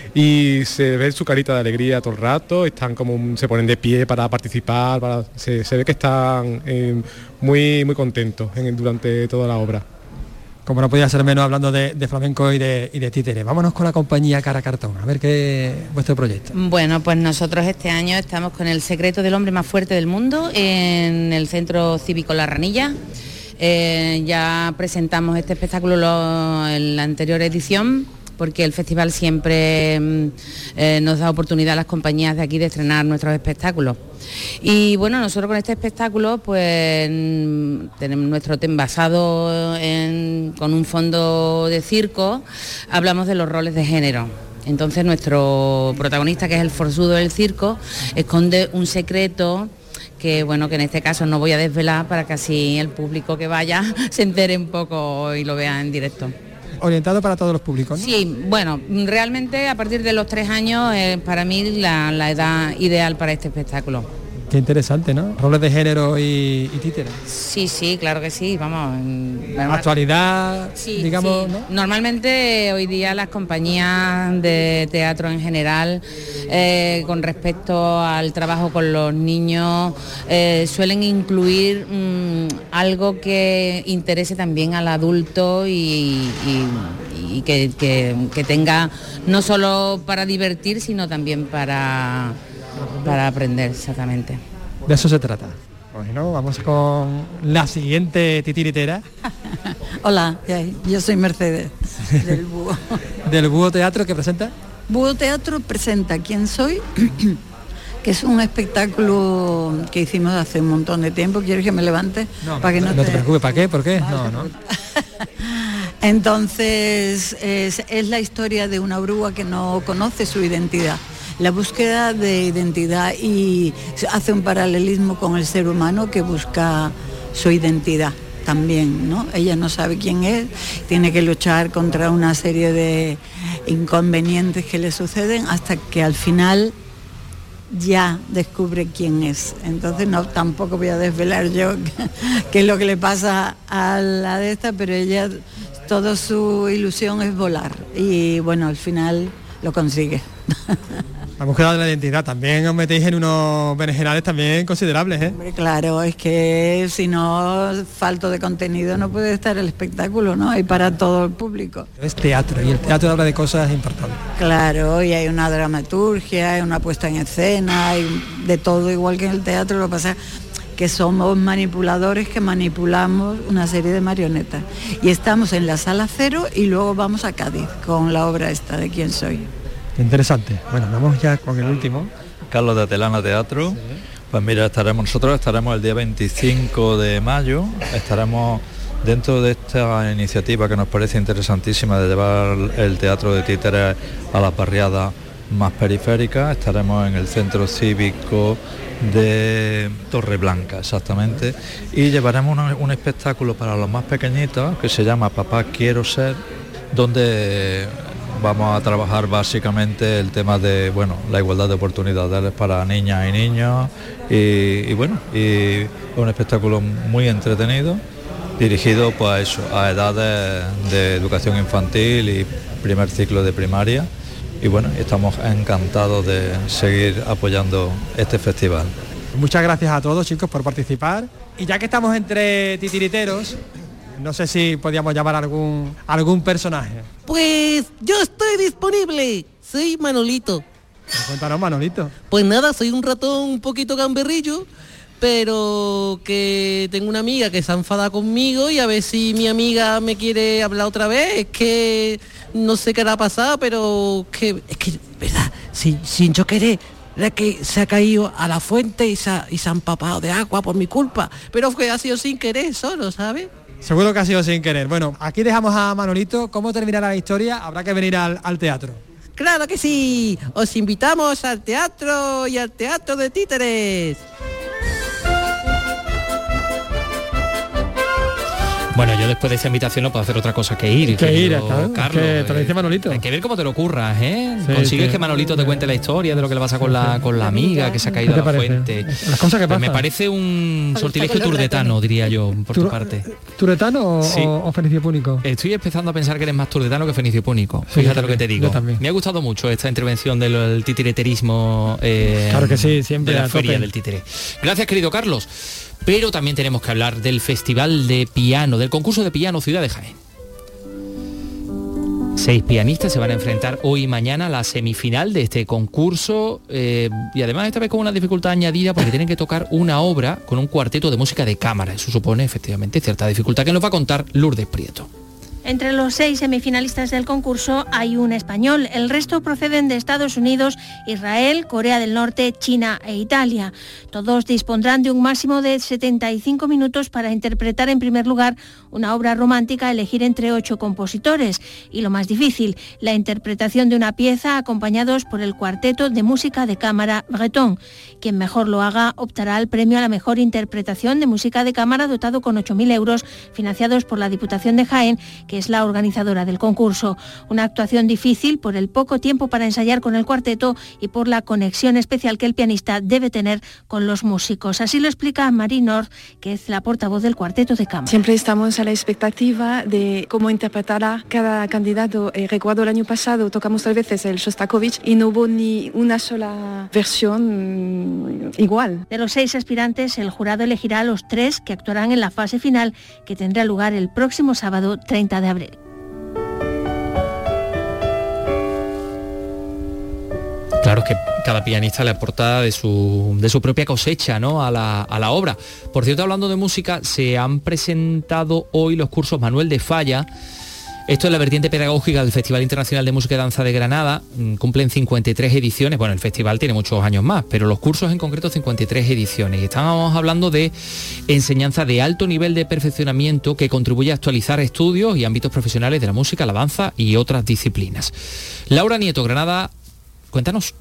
y se ve su carita de alegría todo el rato, están como, se ponen de pie para participar, para, se, se ve que están eh, muy, muy contentos en, durante toda la obra. Como no podía ser menos hablando de, de flamenco y de, y de títere. Vámonos con la compañía Cara Cartón, a ver qué es vuestro proyecto. Bueno, pues nosotros este año estamos con El secreto del hombre más fuerte del mundo en el Centro Cívico La Ranilla. Eh, ya presentamos este espectáculo lo, en la anterior edición, porque el festival siempre eh, nos da oportunidad a las compañías de aquí de estrenar nuestros espectáculos. Y bueno, nosotros con este espectáculo pues tenemos nuestro tema basado en, con un fondo de circo, hablamos de los roles de género. Entonces nuestro protagonista, que es el forzudo del circo, esconde un secreto que bueno, que en este caso no voy a desvelar, para que así el público que vaya se entere un poco y lo vea en directo. Orientado para todos los públicos, ¿no? Sí, bueno, realmente a partir de los tres años es eh, para mí la, la edad ideal para este espectáculo. Qué interesante, ¿no? Roles de género y, y títeres. Sí, sí, claro que sí, vamos. Actualidad, sí, digamos, sí. ¿no? Normalmente hoy día las compañías de teatro en general, eh, con respecto al trabajo con los niños, eh, suelen incluir mmm, algo que interese también al adulto y, y, y que, que, que tenga no solo para divertir, sino también para... para aprender, exactamente. De eso se trata. Bueno, vamos con la siguiente titiritera. Hola, yo soy Mercedes, del Búho. ¿Del Búho Teatro que presenta? Búho Teatro presenta ¿Quién soy?, que es un espectáculo que hicimos hace un montón de tiempo. ¿Quieres que me levante? No, para que no, no te... te preocupes, ¿para qué? ¿Por qué? Vale. No, no. Entonces, es, es la historia de una oruga que no conoce su identidad. La búsqueda de identidad, y hace un paralelismo con el ser humano que busca su identidad también, ¿no? Ella no sabe quién es, tiene que luchar contra una serie de inconvenientes que le suceden hasta que al final ya descubre quién es. Entonces no, tampoco voy a desvelar yo qué es lo que le pasa a la de esta, pero ella, toda su ilusión es volar y bueno, al final lo consigue. La búsqueda de la identidad, también os metéis en unos berenjenales también considerables, ¿eh? Hombre, claro, es que si no falto de contenido no puede estar el espectáculo, ¿no? Hay para todo el público. Es teatro, y el teatro habla de cosas importantes. Claro, y hay una dramaturgia, hay una puesta en escena, hay de todo, igual que en el teatro. Lo que pasa es que somos manipuladores que manipulamos una serie de marionetas. Y estamos en la Sala Cero y luego vamos a Cádiz con la obra esta de ¿Quién soy? Interesante. Bueno, vamos ya con el último. Carlos de Atelana Teatro. Sí. Pues mira, estaremos nosotros estaremos el día veinticinco de mayo, estaremos dentro de esta iniciativa que nos parece interesantísima de llevar el teatro de títeres a las barriadas más periféricas. Estaremos en el Centro Cívico de Torreblanca, exactamente, y llevaremos un, un espectáculo para los más pequeñitos que se llama Papá Quiero Ser, donde vamos a trabajar básicamente el tema de, bueno, la igualdad de oportunidades para niñas y niños y, y bueno, y un espectáculo muy entretenido, dirigido pues a eso, a edades de educación infantil y primer ciclo de primaria. Y bueno, estamos encantados de seguir apoyando este festival. Muchas gracias a todos, chicos, por participar. Y ya que estamos entre titiriteros, No sé si podíamos llamar a algún, algún personaje. Pues yo estoy disponible. Soy Manolito. Cuéntanos, Manolito. Pues nada, soy un ratón un poquito gamberrillo, pero que tengo una amiga que se ha enfadado conmigo y a ver si mi amiga me quiere hablar otra vez. Es que no sé qué le ha pasado, pero que es que, verdad, sin, sin yo querer, es que se ha caído a la fuente y se, ha, y se ha empapado de agua por mi culpa, pero fue ha sido sin querer solo, ¿sabes? Seguro que ha sido sin querer. Bueno, aquí dejamos a Manolito. ¿Cómo terminará la historia? Habrá que venir al, al teatro. ¡Claro que sí! Os invitamos al teatro y al teatro de títeres. Bueno, yo después de esa invitación no puedo hacer otra cosa que ir. Que ir, claro, Carlos. que te lo dice Manolito. Hay que ver cómo te lo ocurras, ¿eh? Sí, Consigues sí. que Manolito te cuente la historia de lo que le pasa con la con la amiga que se ha caído a la parece? fuente. Las cosas que Pues pasan. me parece un sortilegio turdetano, diría yo, por tu parte. ¿Turetano o, Sí. o, o Fenicio Púnico? Estoy empezando a pensar que eres más turdetano que fenicio púnico. Sí, Fíjate yo lo que te también, digo. yo también. Me ha gustado mucho esta intervención del, del titireterismo. Eh, Claro que sí, siempre de la a tope. feria del títere. Gracias, querido Carlos. Pero también tenemos que hablar del Festival de Piano, del concurso de piano Ciudad de Jaén. Seis pianistas se van a enfrentar hoy y mañana a la semifinal de este concurso eh, y además esta vez con una dificultad añadida porque tienen que tocar una obra con un cuarteto de música de cámara. Eso supone efectivamente cierta dificultad que nos va a contar Lourdes Prieto. Entre los seis semifinalistas del concurso hay un español, el resto proceden de Estados Unidos, Israel, Corea del Norte, China e Italia. Todos dispondrán de un máximo de setenta y cinco minutos para interpretar en primer lugar una obra romántica a elegir entre ocho compositores. Y lo más difícil, la interpretación de una pieza acompañados por el cuarteto de música de cámara Breton. Quien mejor lo haga optará al premio a la mejor interpretación de música de cámara dotado con ocho mil euros financiados por la Diputación de Jaén, que es la organizadora del concurso. Una actuación difícil por el poco tiempo para ensayar con el cuarteto y por la conexión especial que el pianista debe tener con los músicos. Así lo explica Marie North, que es la portavoz del cuarteto de cámara. Siempre estamos a la expectativa de cómo interpretará cada candidato. Eh, recuerdo el año pasado tocamos tres veces el Shostakovich y no hubo ni una sola versión mmm, igual. De los seis aspirantes, el jurado elegirá a los tres que actuarán en la fase final, que tendrá lugar el próximo sábado treinta de abril. Claro, es que cada pianista le aporta de su, de su propia cosecha, ¿no?, a la, a la obra. Por cierto, hablando de música, se han presentado hoy los cursos Manuel de Falla. Esto es la vertiente pedagógica del Festival Internacional de Música y Danza de Granada. Cumplen cincuenta y tres ediciones. Bueno, el festival tiene muchos años más, pero los cursos en concreto cincuenta y tres ediciones. Y estábamos hablando de enseñanza de alto nivel de perfeccionamiento que contribuye a actualizar estudios y ámbitos profesionales de la música, la danza y otras disciplinas. Laura Nieto, Granada, cuéntanos.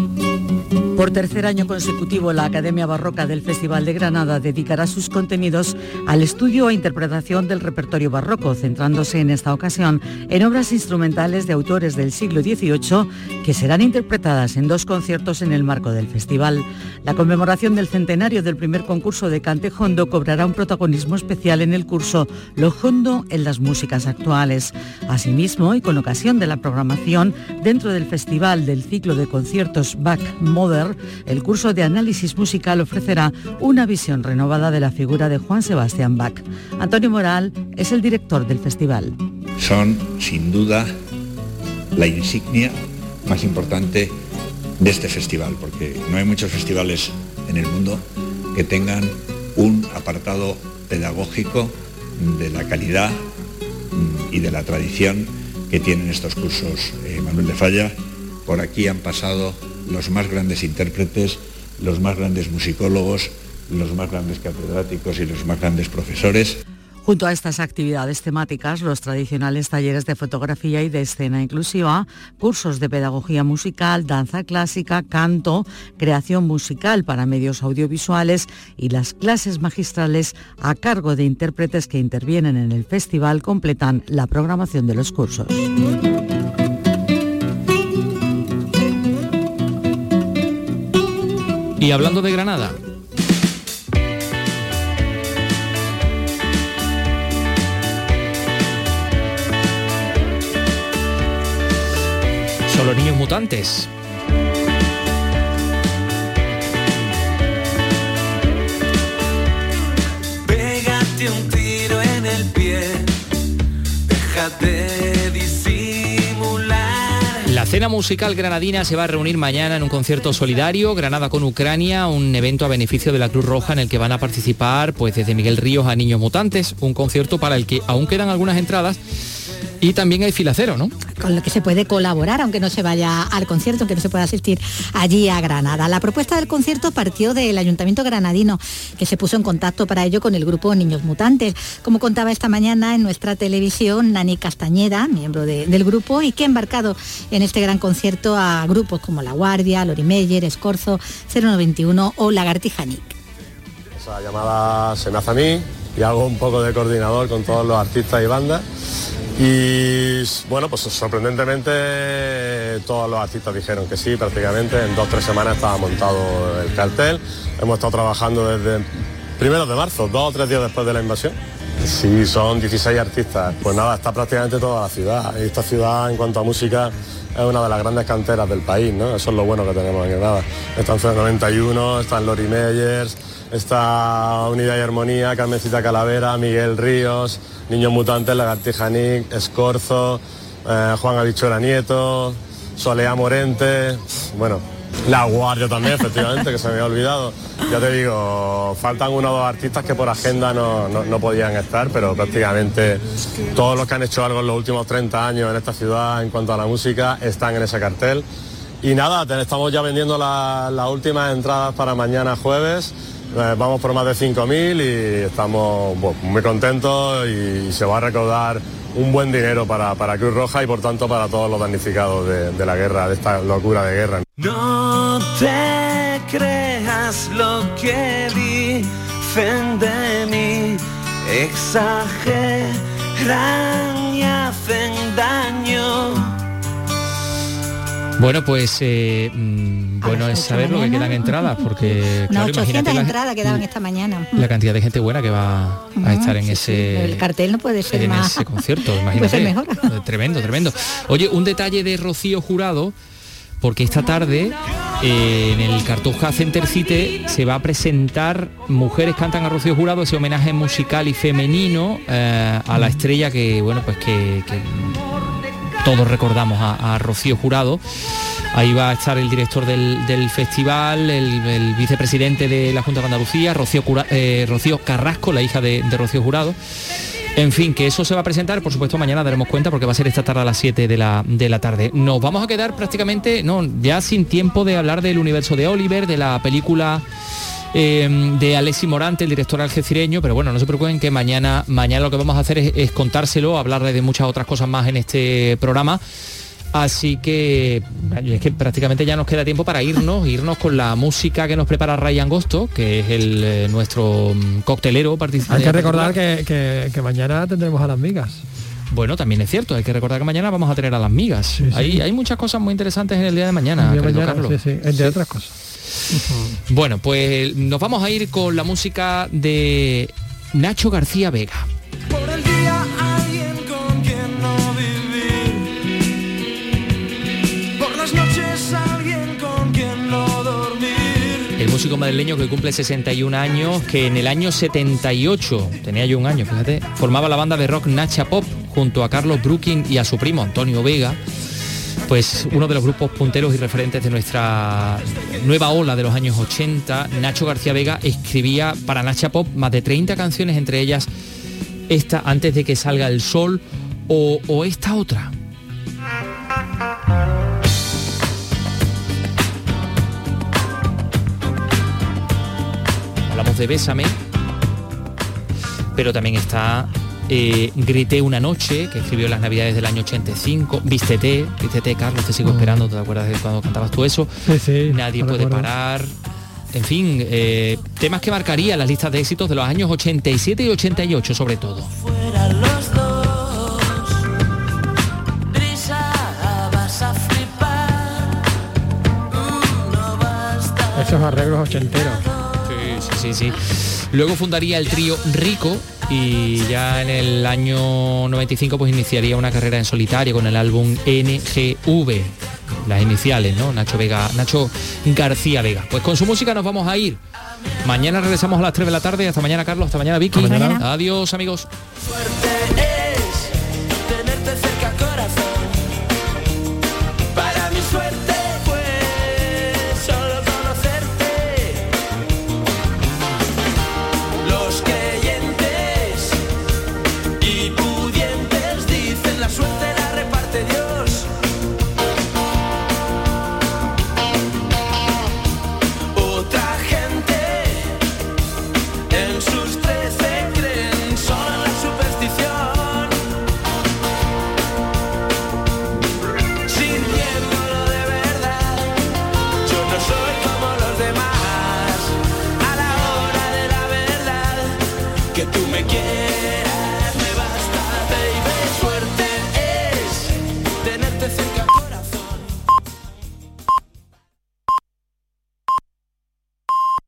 Por tercer año consecutivo, la Academia Barroca del Festival de Granada dedicará sus contenidos al estudio e interpretación del repertorio barroco, centrándose en esta ocasión en obras instrumentales de autores del siglo dieciocho que serán interpretadas en dos conciertos en el marco del festival. La conmemoración del centenario del primer concurso de cante jondo cobrará un protagonismo especial en el curso Lo jondo en las músicas actuales. Asimismo, y con ocasión de la programación dentro del festival del ciclo de conciertos Bach Modern, el curso de análisis musical ofrecerá una visión renovada de la figura de Juan Sebastián Bach. Antonio Moral es el director del festival. Son, sin duda, la insignia más importante de este festival, porque no hay muchos festivales en el mundo que tengan un apartado pedagógico de la calidad y de la tradición que tienen estos cursos eh, Manuel de Falla. Por aquí han pasado los más grandes intérpretes, los más grandes musicólogos, los más grandes catedráticos y los más grandes profesores. Junto a estas actividades temáticas, los tradicionales talleres de fotografía y de escena inclusiva, cursos de pedagogía musical, danza clásica, canto, creación musical para medios audiovisuales y las clases magistrales a cargo de intérpretes que intervienen en el festival completan la programación de los cursos. Y hablando de Granada, son los Niños Mutantes. Pégate un tiro en el el pie, déjate disimular. La cena musical granadina se va a reunir mañana en un concierto solidario, Granada con Ucrania, un evento a beneficio de la Cruz Roja en el que van a participar pues desde Miguel Ríos a Niños Mutantes, un concierto para el que aún quedan algunas entradas. Y también hay filacero, ¿no? Con lo que se puede colaborar, aunque no se vaya al concierto, aunque no se pueda asistir allí a Granada. La propuesta del concierto partió del Ayuntamiento granadino, que se puso en contacto para ello con el grupo Niños Mutantes. Como contaba esta mañana en nuestra televisión, Nani Castañeda, miembro de, del grupo, y que ha embarcado en este gran concierto a grupos como La Guardia, Lori Meyer, Escorzo, cero noventa y uno o Lagartija Nick. Esa llamada se me hace a mí y hago un poco de coordinador con todos los artistas y bandas. Y bueno, pues sorprendentemente todos los artistas dijeron que sí, prácticamente en dos o tres semanas estaba montado el cartel. Hemos estado trabajando desde primeros de marzo, dos o tres días después de la invasión. Sí, son dieciséis artistas. Pues nada, está prácticamente toda la ciudad. Y esta ciudad, en cuanto a música, es una de las grandes canteras del país, ¿no? Eso es lo bueno que tenemos en Granada. Están cero noventa y uno, están Lori Meyers, está Unidad y Armonía, Carmencita Calavera, Miguel Ríos, Niños Mutantes, Lagartija Nick, Escorzo, eh, Juan Habichuela Nieto, Soleá Morente, bueno, La Guardia también, efectivamente, que se me había olvidado. Ya te digo, faltan uno o dos artistas que por agenda no, no, no podían estar, pero prácticamente todos los que han hecho algo en los últimos treinta años en esta ciudad en cuanto a la música están en ese cartel. Y nada, estamos ya vendiendo las la últimas entradas para mañana jueves. Eh, vamos por más de cinco mil y estamos bueno, muy contentos y se va a recaudar un buen dinero para, para Cruz Roja y por tanto para todos los damnificados de, de la guerra, de esta locura de guerra. No te creas lo que dicen de mí, exageran y hacen daño. Bueno, pues eh, bueno es saber lo que quedan entradas, porque no, claro, ochocientas la, entradas quedaban esta mañana. La cantidad de gente buena que va a estar en sí, ese sí, el cartel no puede ser en más ese concierto, imagínate. Puede ser mejor. Tremendo, tremendo. Oye, un detalle de Rocío Jurado, porque esta tarde eh, en el Cartuja Center City se va a presentar Mujeres cantan a Rocío Jurado, ese homenaje musical y femenino eh, a la estrella que bueno pues que, que todos recordamos a, a Rocío Jurado. Ahí va a estar el director del, del festival, el, el vicepresidente de la Junta de Andalucía, Rocío, Cura, eh, Rocío Carrasco, la hija de, de Rocío Jurado. En fin, que eso se va a presentar, por supuesto mañana daremos cuenta porque va a ser esta tarde a las siete de la, de la tarde. Nos vamos a quedar prácticamente, no, ya sin tiempo de hablar del universo de Oliver, de la película eh, de Alexi Morante, el director algecireño, pero bueno, no se preocupen que mañana, mañana lo que vamos a hacer es, es contárselo, hablarle de muchas otras cosas más en este programa. Así que es que prácticamente ya nos queda tiempo para irnos, irnos con la música que nos prepara Ray Angosto, que es el eh, nuestro coctelero participante. Hay que recordar que, que, que mañana tendremos a las migas. Bueno, también es cierto, hay que recordar que mañana vamos a tener a las migas. Sí, sí. Hay, hay muchas cosas muy interesantes en el día de mañana, el día querido mañana, Carlos. Sí, sí, entre otras cosas. Uh-huh. Bueno, pues nos vamos a ir con la música de Nacho García Vega. Por el día alguien con quien no vivir, por las noches alguien con quien no dormir. El músico madrileño que cumple sesenta y un años, que en el año setenta y ocho, tenía yo un año, fíjate, formaba la banda de rock Nacha Pop junto a Carlos Brooking y a su primo Antonio Vega, pues uno de los grupos punteros y referentes de nuestra nueva ola de los años ochenta. Nacho García Vega escribía para Nacha Pop más de treinta canciones, entre ellas esta, Antes de que salga el sol, o, o esta otra. Hablamos de Bésame, pero también está eh, Grité una noche, que escribió en las navidades del año ochenta y cinco, Vístete, Vístete, Carlos, te sigo esperando, ¿te acuerdas de cuando cantabas tú eso? Sí, sí, Nadie puede recuerdo. parar. En fin, eh, temas que marcarían las listas de éxitos de los años ochenta y siete y ochenta y ocho sobre todo. Fueran los dos, brisa, vas a flipar, no basta. Esos arreglos ochenteros. Sí, sí, sí, sí. Luego fundaría el trío Rico y ya en el año noventa y cinco pues iniciaría una carrera en solitario con el álbum N G V, las iniciales, ¿no? Nacho Vega, Nacho García Vega. Pues con su música nos vamos a ir. Mañana regresamos a las tres de la tarde. Hasta mañana, Carlos. Hasta mañana, Vicky. Hasta mañana. Adiós, amigos. Suerte es tenerte cerca, corazón. Para mi suerte fue solo conocerte. Los creyentes y pudientes dicen la suerte la reparte Dios. Otra gente en sus trece creen solo en la superstición, sintiéndolo de verdad. Yo no soy como los demás. A la hora de la verdad, que tú me quieres